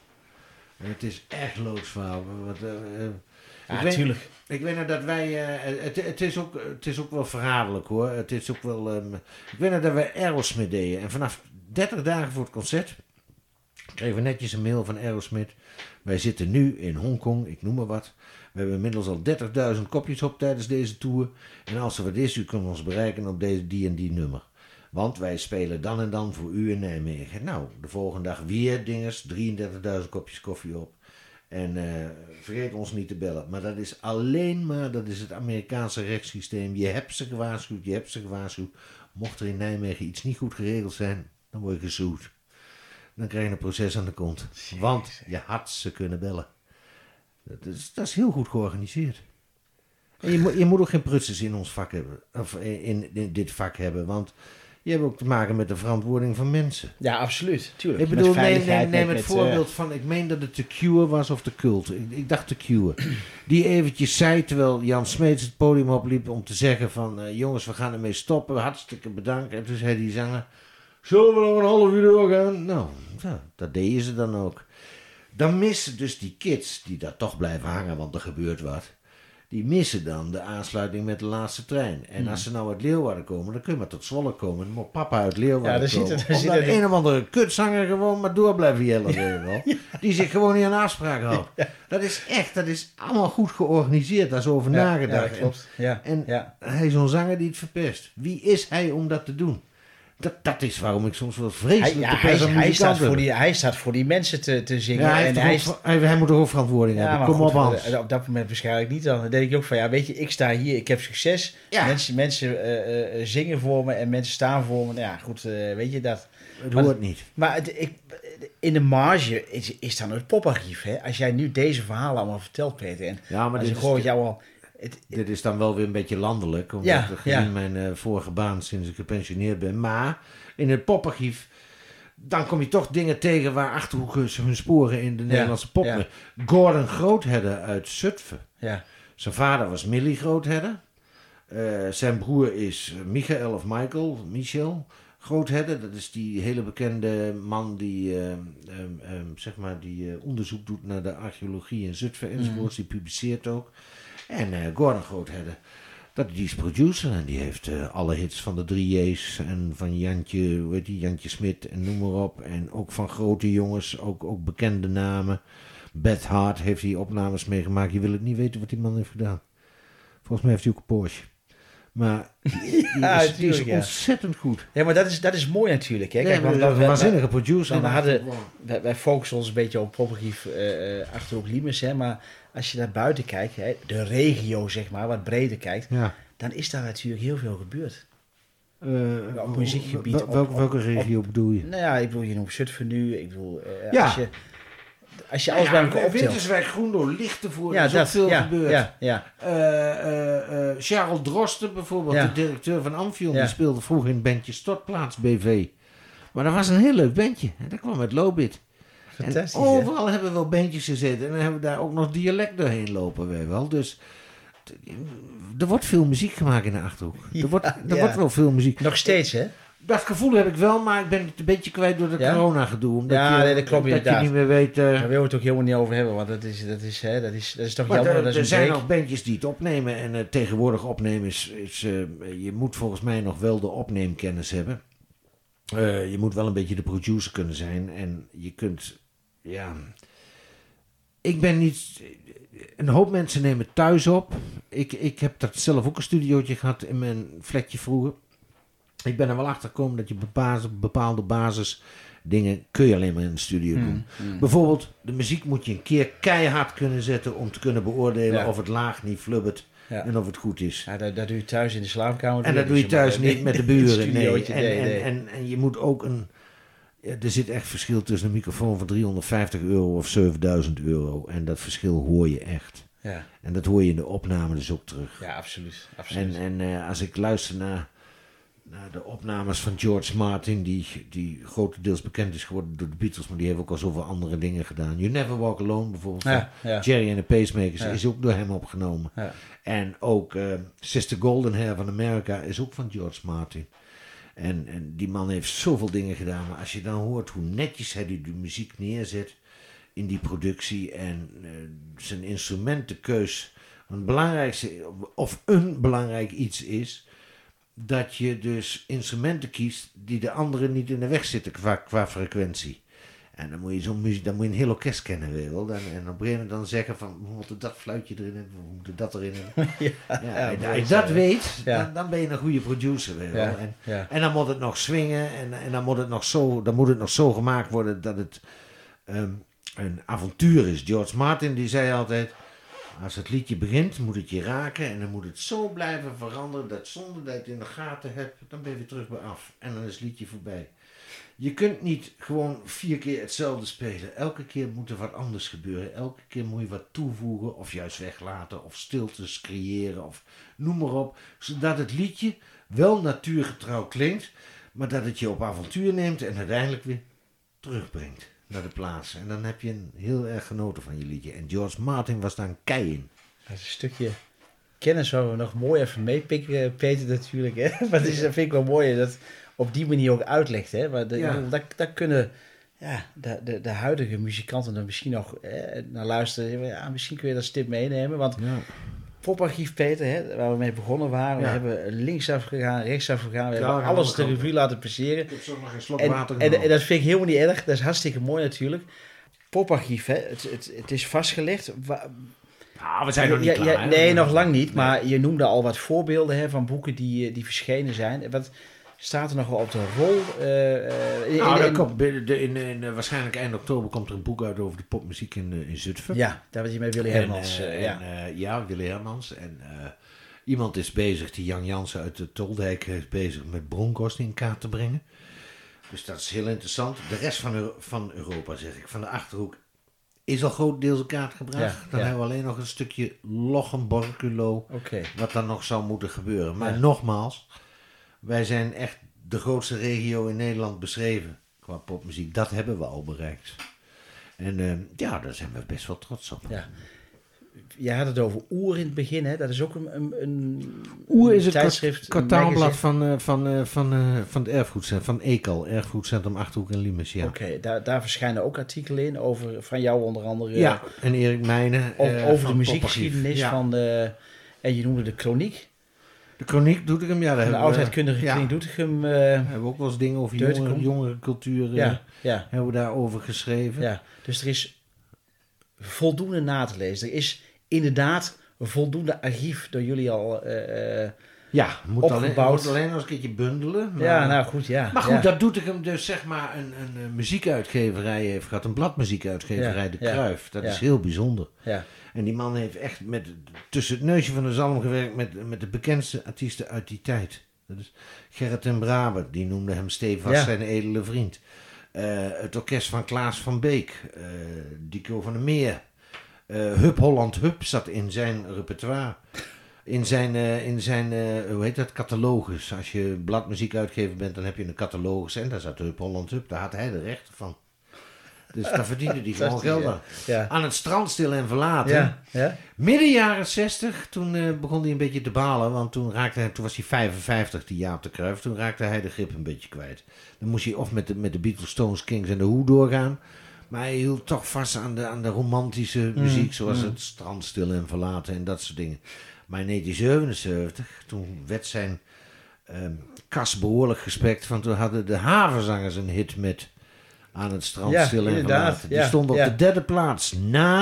Het is echt loodzwaar. Wat, uh, uh, ja, ik weet, tuurlijk. Ik weet nog dat wij... Uh, het, het, is ook, het is ook wel verraderlijk, hoor. Het is ook wel... Um, ik weet nog dat wij Aerosmith deden. En vanaf dertig dagen voor het concert kregen we netjes een mail van Aerosmith. Wij zitten nu in Hongkong, ik noem maar wat. We hebben inmiddels al dertigduizend kopjes op tijdens deze tour. En als er wat is, u kunt ons bereiken op deze, die en die nummer. Want wij spelen dan en dan voor u in Nijmegen. Nou, de volgende dag weer dinges, drieëndertigduizend kopjes koffie op. En uh, vergeet ons niet te bellen. Maar dat is alleen maar, dat is het Amerikaanse rechtssysteem. Je hebt ze gewaarschuwd, je hebt ze gewaarschuwd. Mocht er in Nijmegen iets niet goed geregeld zijn, dan word je gezoet. Dan krijg je een proces aan de kont. Jezus. Want je had ze kunnen bellen. Dat is, dat is heel goed georganiseerd. En je, moet, je moet ook geen prutsers in ons vak hebben. Of in, in dit vak hebben, want... Je hebt ook te maken met de verantwoording van mensen. Ja, absoluut. Tuurlijk. Ik bedoel, neem, neem, neem het met, voorbeeld uh... van... Ik meen dat het The Cure was of The Cult. Ik, ik dacht The Cure. Die eventjes zei, terwijl Jan Smeets het podium opliep... om te zeggen van... Uh, jongens, we gaan ermee stoppen. Hartstikke bedankt. En toen zei die zanger... Zullen we nog een half uur doorgaan? Nou, ja, dat deden ze dan ook. Dan missen dus die kids... die daar toch blijven hangen, want er gebeurt wat... Die missen dan de aansluiting met de laatste trein. En hmm. als ze nou uit Leeuwarden komen, dan kun je maar tot Zwolle komen. Dan moet papa uit Leeuwarden ja, komen. Of dan een of andere kutzanger gewoon maar door blijven jellen. Ja. Die zich gewoon niet aan afspraak houdt. Ja. Dat is echt, dat is allemaal goed georganiseerd. Daar is over ja, nagedacht. Ja, dat klopt. Ja. En, ja. en hij is zo'n zanger die het verpest. Wie is hij om dat te doen? Dat, dat is waarom ik soms wel vreselijk hij, ja, hij, hij, staat voor die, hij staat voor die mensen te, te zingen. Ja, hij, en hij, ook, hij, hij moet toch ook verantwoording ja, hebben. Kom goed, op, Hans. Op dat moment waarschijnlijk niet. Dan denk ik ook van, ja, weet je, ik sta hier, ik heb succes. Ja. Mensen, mensen uh, uh, zingen voor me en mensen staan voor me. Nou ja, goed, uh, weet je dat. Het hoort maar, niet. Maar het, ik, in de marge is, is dan het poparchief. Hè? Als jij nu deze verhalen allemaal vertelt, Peter. En ja, maar als ik hoor jou al... Het, het, dit is dan wel weer een beetje landelijk. Omdat ja, gezien ja. mijn uh, vorige baan sinds ik gepensioneerd ben. Maar in het poparchief, dan kom je toch dingen tegen waar Achterhoekers hun sporen in de Nederlandse ja, pop. Ja. Gordon Groothedde uit Zutphen. Ja. Zijn vader was Millie Groothedde. Uh, zijn broer is Michael of Michael, Michel Groothedde. Dat is die hele bekende man die, uh, um, um, zeg maar die uh, onderzoek doet naar de archeologie in Zutphen enzovoorts. Mm. Die publiceert ook. En uh, Gordon Groothedde, dat, die is producer en die heeft uh, alle hits van de drie J's en van Jantje, hoe heet die, Jantje Smit en noem maar op. En ook van grote jongens, ook, ook bekende namen. Beth Hart heeft die opnames meegemaakt. Je wil het niet weten wat die man heeft gedaan. Volgens mij heeft hij ook een Porsche. Maar die, ja, is, die is ja. ontzettend goed. Ja, maar dat is, dat is mooi natuurlijk. Hè? Kijk, nee, want, een waanzinnige producer. We hadden, wij, wij focussen ons een beetje op poparchief uh, Achterhoek Limes. Hè? Maar als je naar buiten kijkt, hè, de regio zeg maar, wat breder kijkt, ja. dan is daar natuurlijk heel veel gebeurd. Uh, op muziekgebied. Wel, welke, op, welke regio op, bedoel je? Nou ja, ik bedoel, je noemt Zutphen nu. Ik bedoel, uh, ja. als je... Als je alles ja, bij elkaar optelt. Winterswijk, Groenlo, Lichtenvoorde, ja, is dat, ook veel ja, gebeurd. Ja, ja. Uh, uh, uh, Charles Drosten bijvoorbeeld, ja. de directeur van Amphion, ja. die speelde vroeger in het bandje Stortplaats B V. Maar dat was een heel leuk bandje. Dat kwam met Lobit. Fantastisch. En overal hè? hebben we wel bandjes gezeten. En dan hebben we daar ook nog dialect doorheen lopen. Wij wel. Dus t- er wordt veel muziek gemaakt in de Achterhoek. Er, wordt, er ja. wordt wel veel muziek. Nog steeds, hè? Dat gevoel heb ik wel, maar ik ben het een beetje kwijt door de ja? corona-gedoe. Omdat ja, je, nee, dat klopt dat inderdaad. je niet meer weet... Uh... Daar willen we het ook helemaal niet over hebben, want dat is, dat is, hè, dat is, dat is toch jammer. Er, dat is er zijn break. nog bandjes die het opnemen en uh, tegenwoordig opnemen is... is uh, je moet volgens mij nog wel de opneemkennis hebben. Uh, je moet wel een beetje de producer kunnen zijn en je kunt... Ja... Ik ik ben niet... Een hoop mensen nemen thuis op. Ik, ik heb dat zelf ook een studiootje gehad in mijn flatje vroeger. Ik ben er wel achter gekomen dat je bepaalde, bepaalde basis dingen kun je alleen maar in de studio doen. Mm, mm. Bijvoorbeeld, de muziek moet je een keer keihard kunnen zetten om te kunnen beoordelen ja. of het laag niet flubbert ja. en of het goed is. Ja, dat, dat doe je thuis in de slaapkamer. En dat doe je thuis niet nee, met de buren. Nee. En, nee, nee. En, en, en je moet ook een... Ja, er zit echt verschil tussen een microfoon van driehonderdvijftig euro of zevenduizend euro. En dat verschil hoor je echt. Ja. En dat hoor je in de opname dus ook terug. Ja, absoluut. absoluut. En, en uh, als ik luister naar, naar de opnames van George Martin, die, die grotendeels bekend is geworden door de Beatles, maar die heeft ook al zoveel andere dingen gedaan. You Never Walk Alone bijvoorbeeld, ja, ja. Jerry and the Pacemakers, ja. is ook door hem opgenomen. Ja. En ook uh, Sister Golden Hair van America is ook van George Martin. En, en die man heeft zoveel dingen gedaan, maar als je dan hoort hoe netjes hij die, die muziek neerzet in die productie en uh, zijn instrumentenkeus, het belangrijkste of een belangrijk iets is dat je dus instrumenten kiest die de anderen niet in de weg zitten qua, qua frequentie. En dan moet je zo'n muziek, dan moet je een heel orkest kennen, weet je wel. Dan, en op een gegeven moment dan zeggen van, we moeten dat fluitje erin hebben, we moeten dat erin hebben. ja, ja, ja, als je dat weet, ja. dan, dan ben je een goede producer, weet je wel. Ja, en, ja. en dan moet het nog swingen en, en dan moet het nog zo, dan moet het nog zo gemaakt worden dat het um, een avontuur is. George Martin die zei altijd, als het liedje begint, moet het je raken en dan moet het zo blijven veranderen dat zonder dat je het in de gaten hebt, dan ben je weer terug bij af. En dan is het liedje voorbij. Je kunt niet gewoon vier keer hetzelfde spelen. Elke keer moet er wat anders gebeuren. Elke keer moet je wat toevoegen of juist weglaten of stiltes creëren of noem maar op. Zodat het liedje wel natuurgetrouw klinkt, maar dat het je op avontuur neemt en uiteindelijk weer terugbrengt naar de plaats. En dan heb je een heel erg genoten van je liedje. En George Martin was daar een kei in. Dat is een stukje kennis waar we nog mooi even meepikken, Peter natuurlijk. Hè? Maar dat, is, dat vind ik wel mooi dat op die manier ook uitlegt. Hè? Maar de, ja. dat, dat kunnen ja, de, de, de huidige muzikanten er misschien nog eh, naar luisteren. Ja, misschien kun je dat stip meenemen. Want ja. Poparchief Peter, hè, waar we mee begonnen waren. Ja. We hebben linksaf gegaan, rechtsaf gegaan. We ja, hebben alles de revue laten passeren. Ik heb zo nog een slok water en, en, en dat vind ik helemaal niet erg. Dat is hartstikke mooi natuurlijk. Poparchief, hè, het, het, het is vastgelegd. Wa- Ja, we zijn nog niet ja, klaar. Ja, nee, nog lang niet. Maar nee. Je noemde al wat voorbeelden hè, van boeken die, die verschenen zijn. Wat staat er nog wel op de rol? Uh, uh, nou, in, in, komt, de, de, in, in, uh, waarschijnlijk eind oktober komt er een boek uit over de popmuziek in, uh, in Zutphen. Ja, daar was je met Willy Hermans. En, uh, uh, ja. En, uh, ja, Willy Hermans. En uh, iemand is bezig, die Jan Jansen uit de Toldijk is bezig met bronkost in kaart te brengen. Dus dat is heel interessant. De rest van, Euro- van Europa, zeg ik, van de Achterhoek, is al grotendeels in kaart gebracht. Ja, dan ja. hebben we alleen nog een stukje Lochem, Borculo, okay. wat dan nog zou moeten gebeuren. Maar ja. nogmaals, wij zijn echt de grootste regio in Nederland beschreven qua popmuziek. Dat hebben we al bereikt. En uh, ja, daar zijn we best wel trots op. Ja. Je had het over Oer in het begin, hè? Dat is ook een, een, een Oer is het tijdschrift, kwartaalblad van, uh, van, uh, van, uh, van het erfgoedcentrum, van E C A L, Erfgoedcentrum Achterhoek en Limes. Ja. Oké, okay, daar, daar verschijnen ook artikelen in over, van jou onder andere. Ja, en Erik Meijnen. Over, uh, over de muziekgeschiedenis ja. van de, en je noemde de Kroniek. De Kroniek Doetinchem, ja. De oudheidkundige ja. Kring Doetinchem. Uh, hebben we ook wel eens dingen over jongere, jongere cultuur ja, ja. hebben we daarover geschreven. Ja, dus er is voldoende na te lezen. Er is inderdaad een voldoende archief door jullie al uh, ja, moet opgebouwd. Alleen, moet alleen nog een keertje bundelen. Maar, ja, nou goed, ja. Maar goed, ja. dat doet ik hem dus zeg maar een, een, een muziekuitgeverij heeft gehad. Een bladmuziekuitgeverij, ja, De Kruif. Ja, dat ja. is heel bijzonder. Ja. En die man heeft echt met, tussen het neusje van de zalm gewerkt met, met de bekendste artiesten uit die tijd. Dat is Gerrit ten Braber, die noemde hem stevast ja. zijn edele vriend. Uh, het orkest van Klaas van Beek, uh, Dico van der Meer. Uh, Hup Holland Hup zat in zijn repertoire. In zijn, uh, in zijn uh, hoe heet dat, catalogus. Als je bladmuziekuitgever bent, dan heb je een catalogus. En daar zat Hup Holland Hup, daar had hij de rechten van. Dus daar verdiende hij gewoon geld aan. Ja. Aan het strand stil en verlaten. Ja. Ja. Midden jaren zestig, toen uh, begon hij een beetje te balen. Want toen, raakte hij, toen was hij vijfenvijftig, die Jaap de Kruif. Toen raakte hij de grip een beetje kwijt. Dan moest hij of met de, met de Beatles, Stones, Kings en de Who doorgaan. Maar hij hield toch vast aan de, aan de romantische muziek. Mm, zoals mm. het strand stil en verlaten en dat soort dingen. Maar in negentien zevenenzeventig, toen werd zijn um, kas behoorlijk gespekt. Want toen hadden de Havenzangers een hit met Aan het strand ja, stil en verlaten. Die ja, stond op ja. de derde plaats na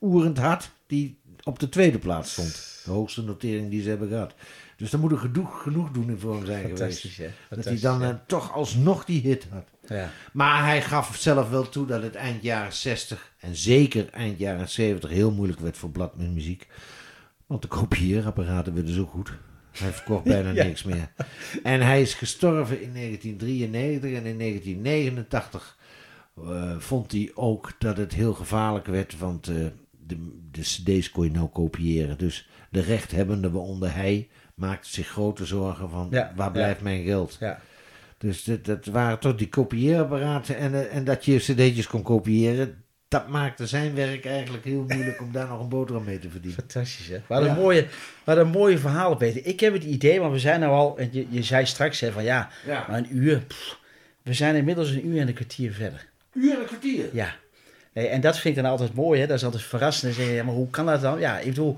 Oerend Hart, die op de tweede plaats stond. De hoogste notering die ze hebben gehad. Dus daar moet er genoeg, genoegdoening voor hem zijn geweest. Hè? Dat hij dan uh, toch alsnog die hit had. Ja. Maar hij gaf zelf wel toe dat het eind jaren zestig en zeker eind jaren zeventig heel moeilijk werd voor bladmuziek. Want de kopieerapparaten werden zo goed. Hij verkocht bijna ja. niks meer. En hij is gestorven in negentien drieënnegentig en in negentien negenentachtig uh, vond hij ook dat het heel gevaarlijk werd, want uh, de, de cd's kon je nou kopiëren. Dus de rechthebbende, waaronder hij, maakte zich grote zorgen van ja. waar blijft ja. mijn geld. Ja. Dus dat, dat waren toch die kopieerapparaten en, uh, en dat je cd'tjes kon kopiëren. Dat maakte zijn werk eigenlijk heel moeilijk om daar nog een boterham mee te verdienen. Fantastisch, hè? Wat een, ja. mooie, wat een mooie verhaal, Peter. Ik heb het idee, maar we zijn nou al... Je, je zei straks hè, van ja, ja. maar een uur... Pff, we zijn inmiddels een uur en een kwartier verder. Uur en een kwartier? Ja. Nee, en dat vind ik dan altijd mooi, hè? Dat is altijd verrassend. En zeggen, ja, maar hoe kan dat dan? Ja, ik bedoel...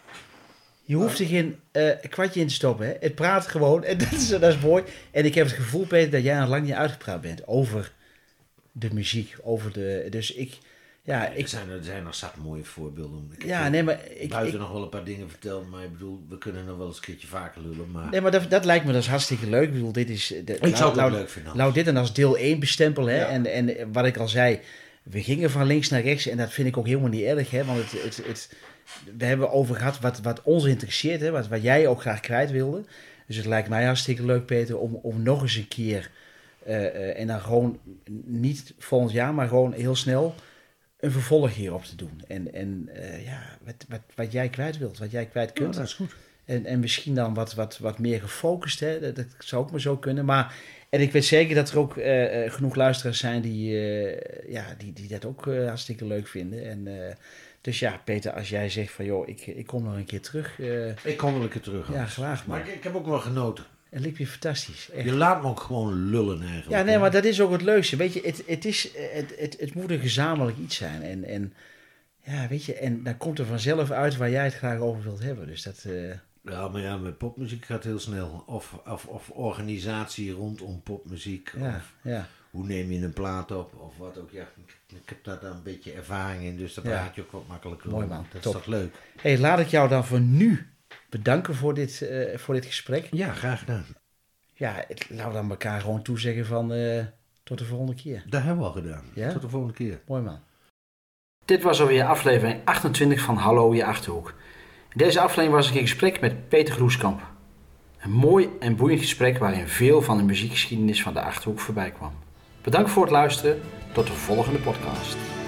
Je hoeft er geen uh, kwartje in te stoppen, hè? Het praat gewoon en dat is, dat is mooi. En ik heb het gevoel, Peter, dat jij nog lang niet uitgepraat bent over de muziek. Over de... Dus ik... Ja, ik... er, zijn, er zijn nog zat mooie voorbeelden. Ik ja, nee, maar... Ik, buiten ik, nog wel een paar dingen verteld, maar ik bedoel, we kunnen nog wel eens een keertje vaker lullen, maar... Nee, maar dat, dat lijkt me dus hartstikke leuk. Ik bedoel, dit is... De, ik nou, zou het nou, leuk vinden. Nou, dit dan als deel één bestempelen, hè. Ja. En, en wat ik al zei, we gingen van links naar rechts en dat vind ik ook helemaal niet erg, hè. Want het, het, het, we hebben over gehad wat, wat ons interesseert, hè. Wat, wat jij ook graag kwijt wilde. Dus het lijkt mij hartstikke leuk, Peter, om, om nog eens een keer... Uh, uh, en dan gewoon niet volgend jaar, maar gewoon heel snel... een vervolg hierop te doen. En, en uh, ja, wat, wat, wat jij kwijt wilt, wat jij kwijt kunt. Ja, dat is goed. En, en misschien dan wat, wat, wat meer gefocust, hè? Dat, dat zou ook maar zo kunnen. Maar, en ik weet zeker dat er ook uh, genoeg luisteraars zijn die, uh, ja, die, die dat ook uh, hartstikke leuk vinden. En, uh, dus ja, Peter, als jij zegt van joh, ik, ik kom nog een keer terug. Uh, ik kom wel een keer terug. Ja, graag man. Maar ik, ik heb ook wel genoten. En liep je fantastisch. Echt. Je laat me ook gewoon lullen eigenlijk. Ja, nee, maar dat is ook het leukste. Weet je, het, het, is, het, het, het moet een gezamenlijk iets zijn. En, en ja, weet je, en dan komt er vanzelf uit waar jij het graag over wilt hebben. Dus dat... Uh... Ja, maar ja, met popmuziek gaat heel snel. Of, of, of organisatie rondom popmuziek. Ja, of ja. Hoe neem je een plaat op, of wat ook. Ja, ik, ik heb daar dan een beetje ervaring in, dus daar praat je ook wat makkelijker. Mooi man, dat top. is toch leuk. Hey, laat ik jou dan voor nu bedanken voor dit, uh, voor dit gesprek. Ja, graag gedaan. Ja, laten we dan elkaar gewoon toezeggen van uh, tot de volgende keer. Dat hebben we al gedaan. Ja? Tot de volgende keer. Mooi man. Dit was alweer aflevering achtentwintig van Hallo je Achterhoek. In deze aflevering was ik in gesprek met Peter Groeskamp. Een mooi en boeiend gesprek waarin veel van de muziekgeschiedenis van de Achterhoek voorbij kwam. Bedankt voor het luisteren. Tot de volgende podcast.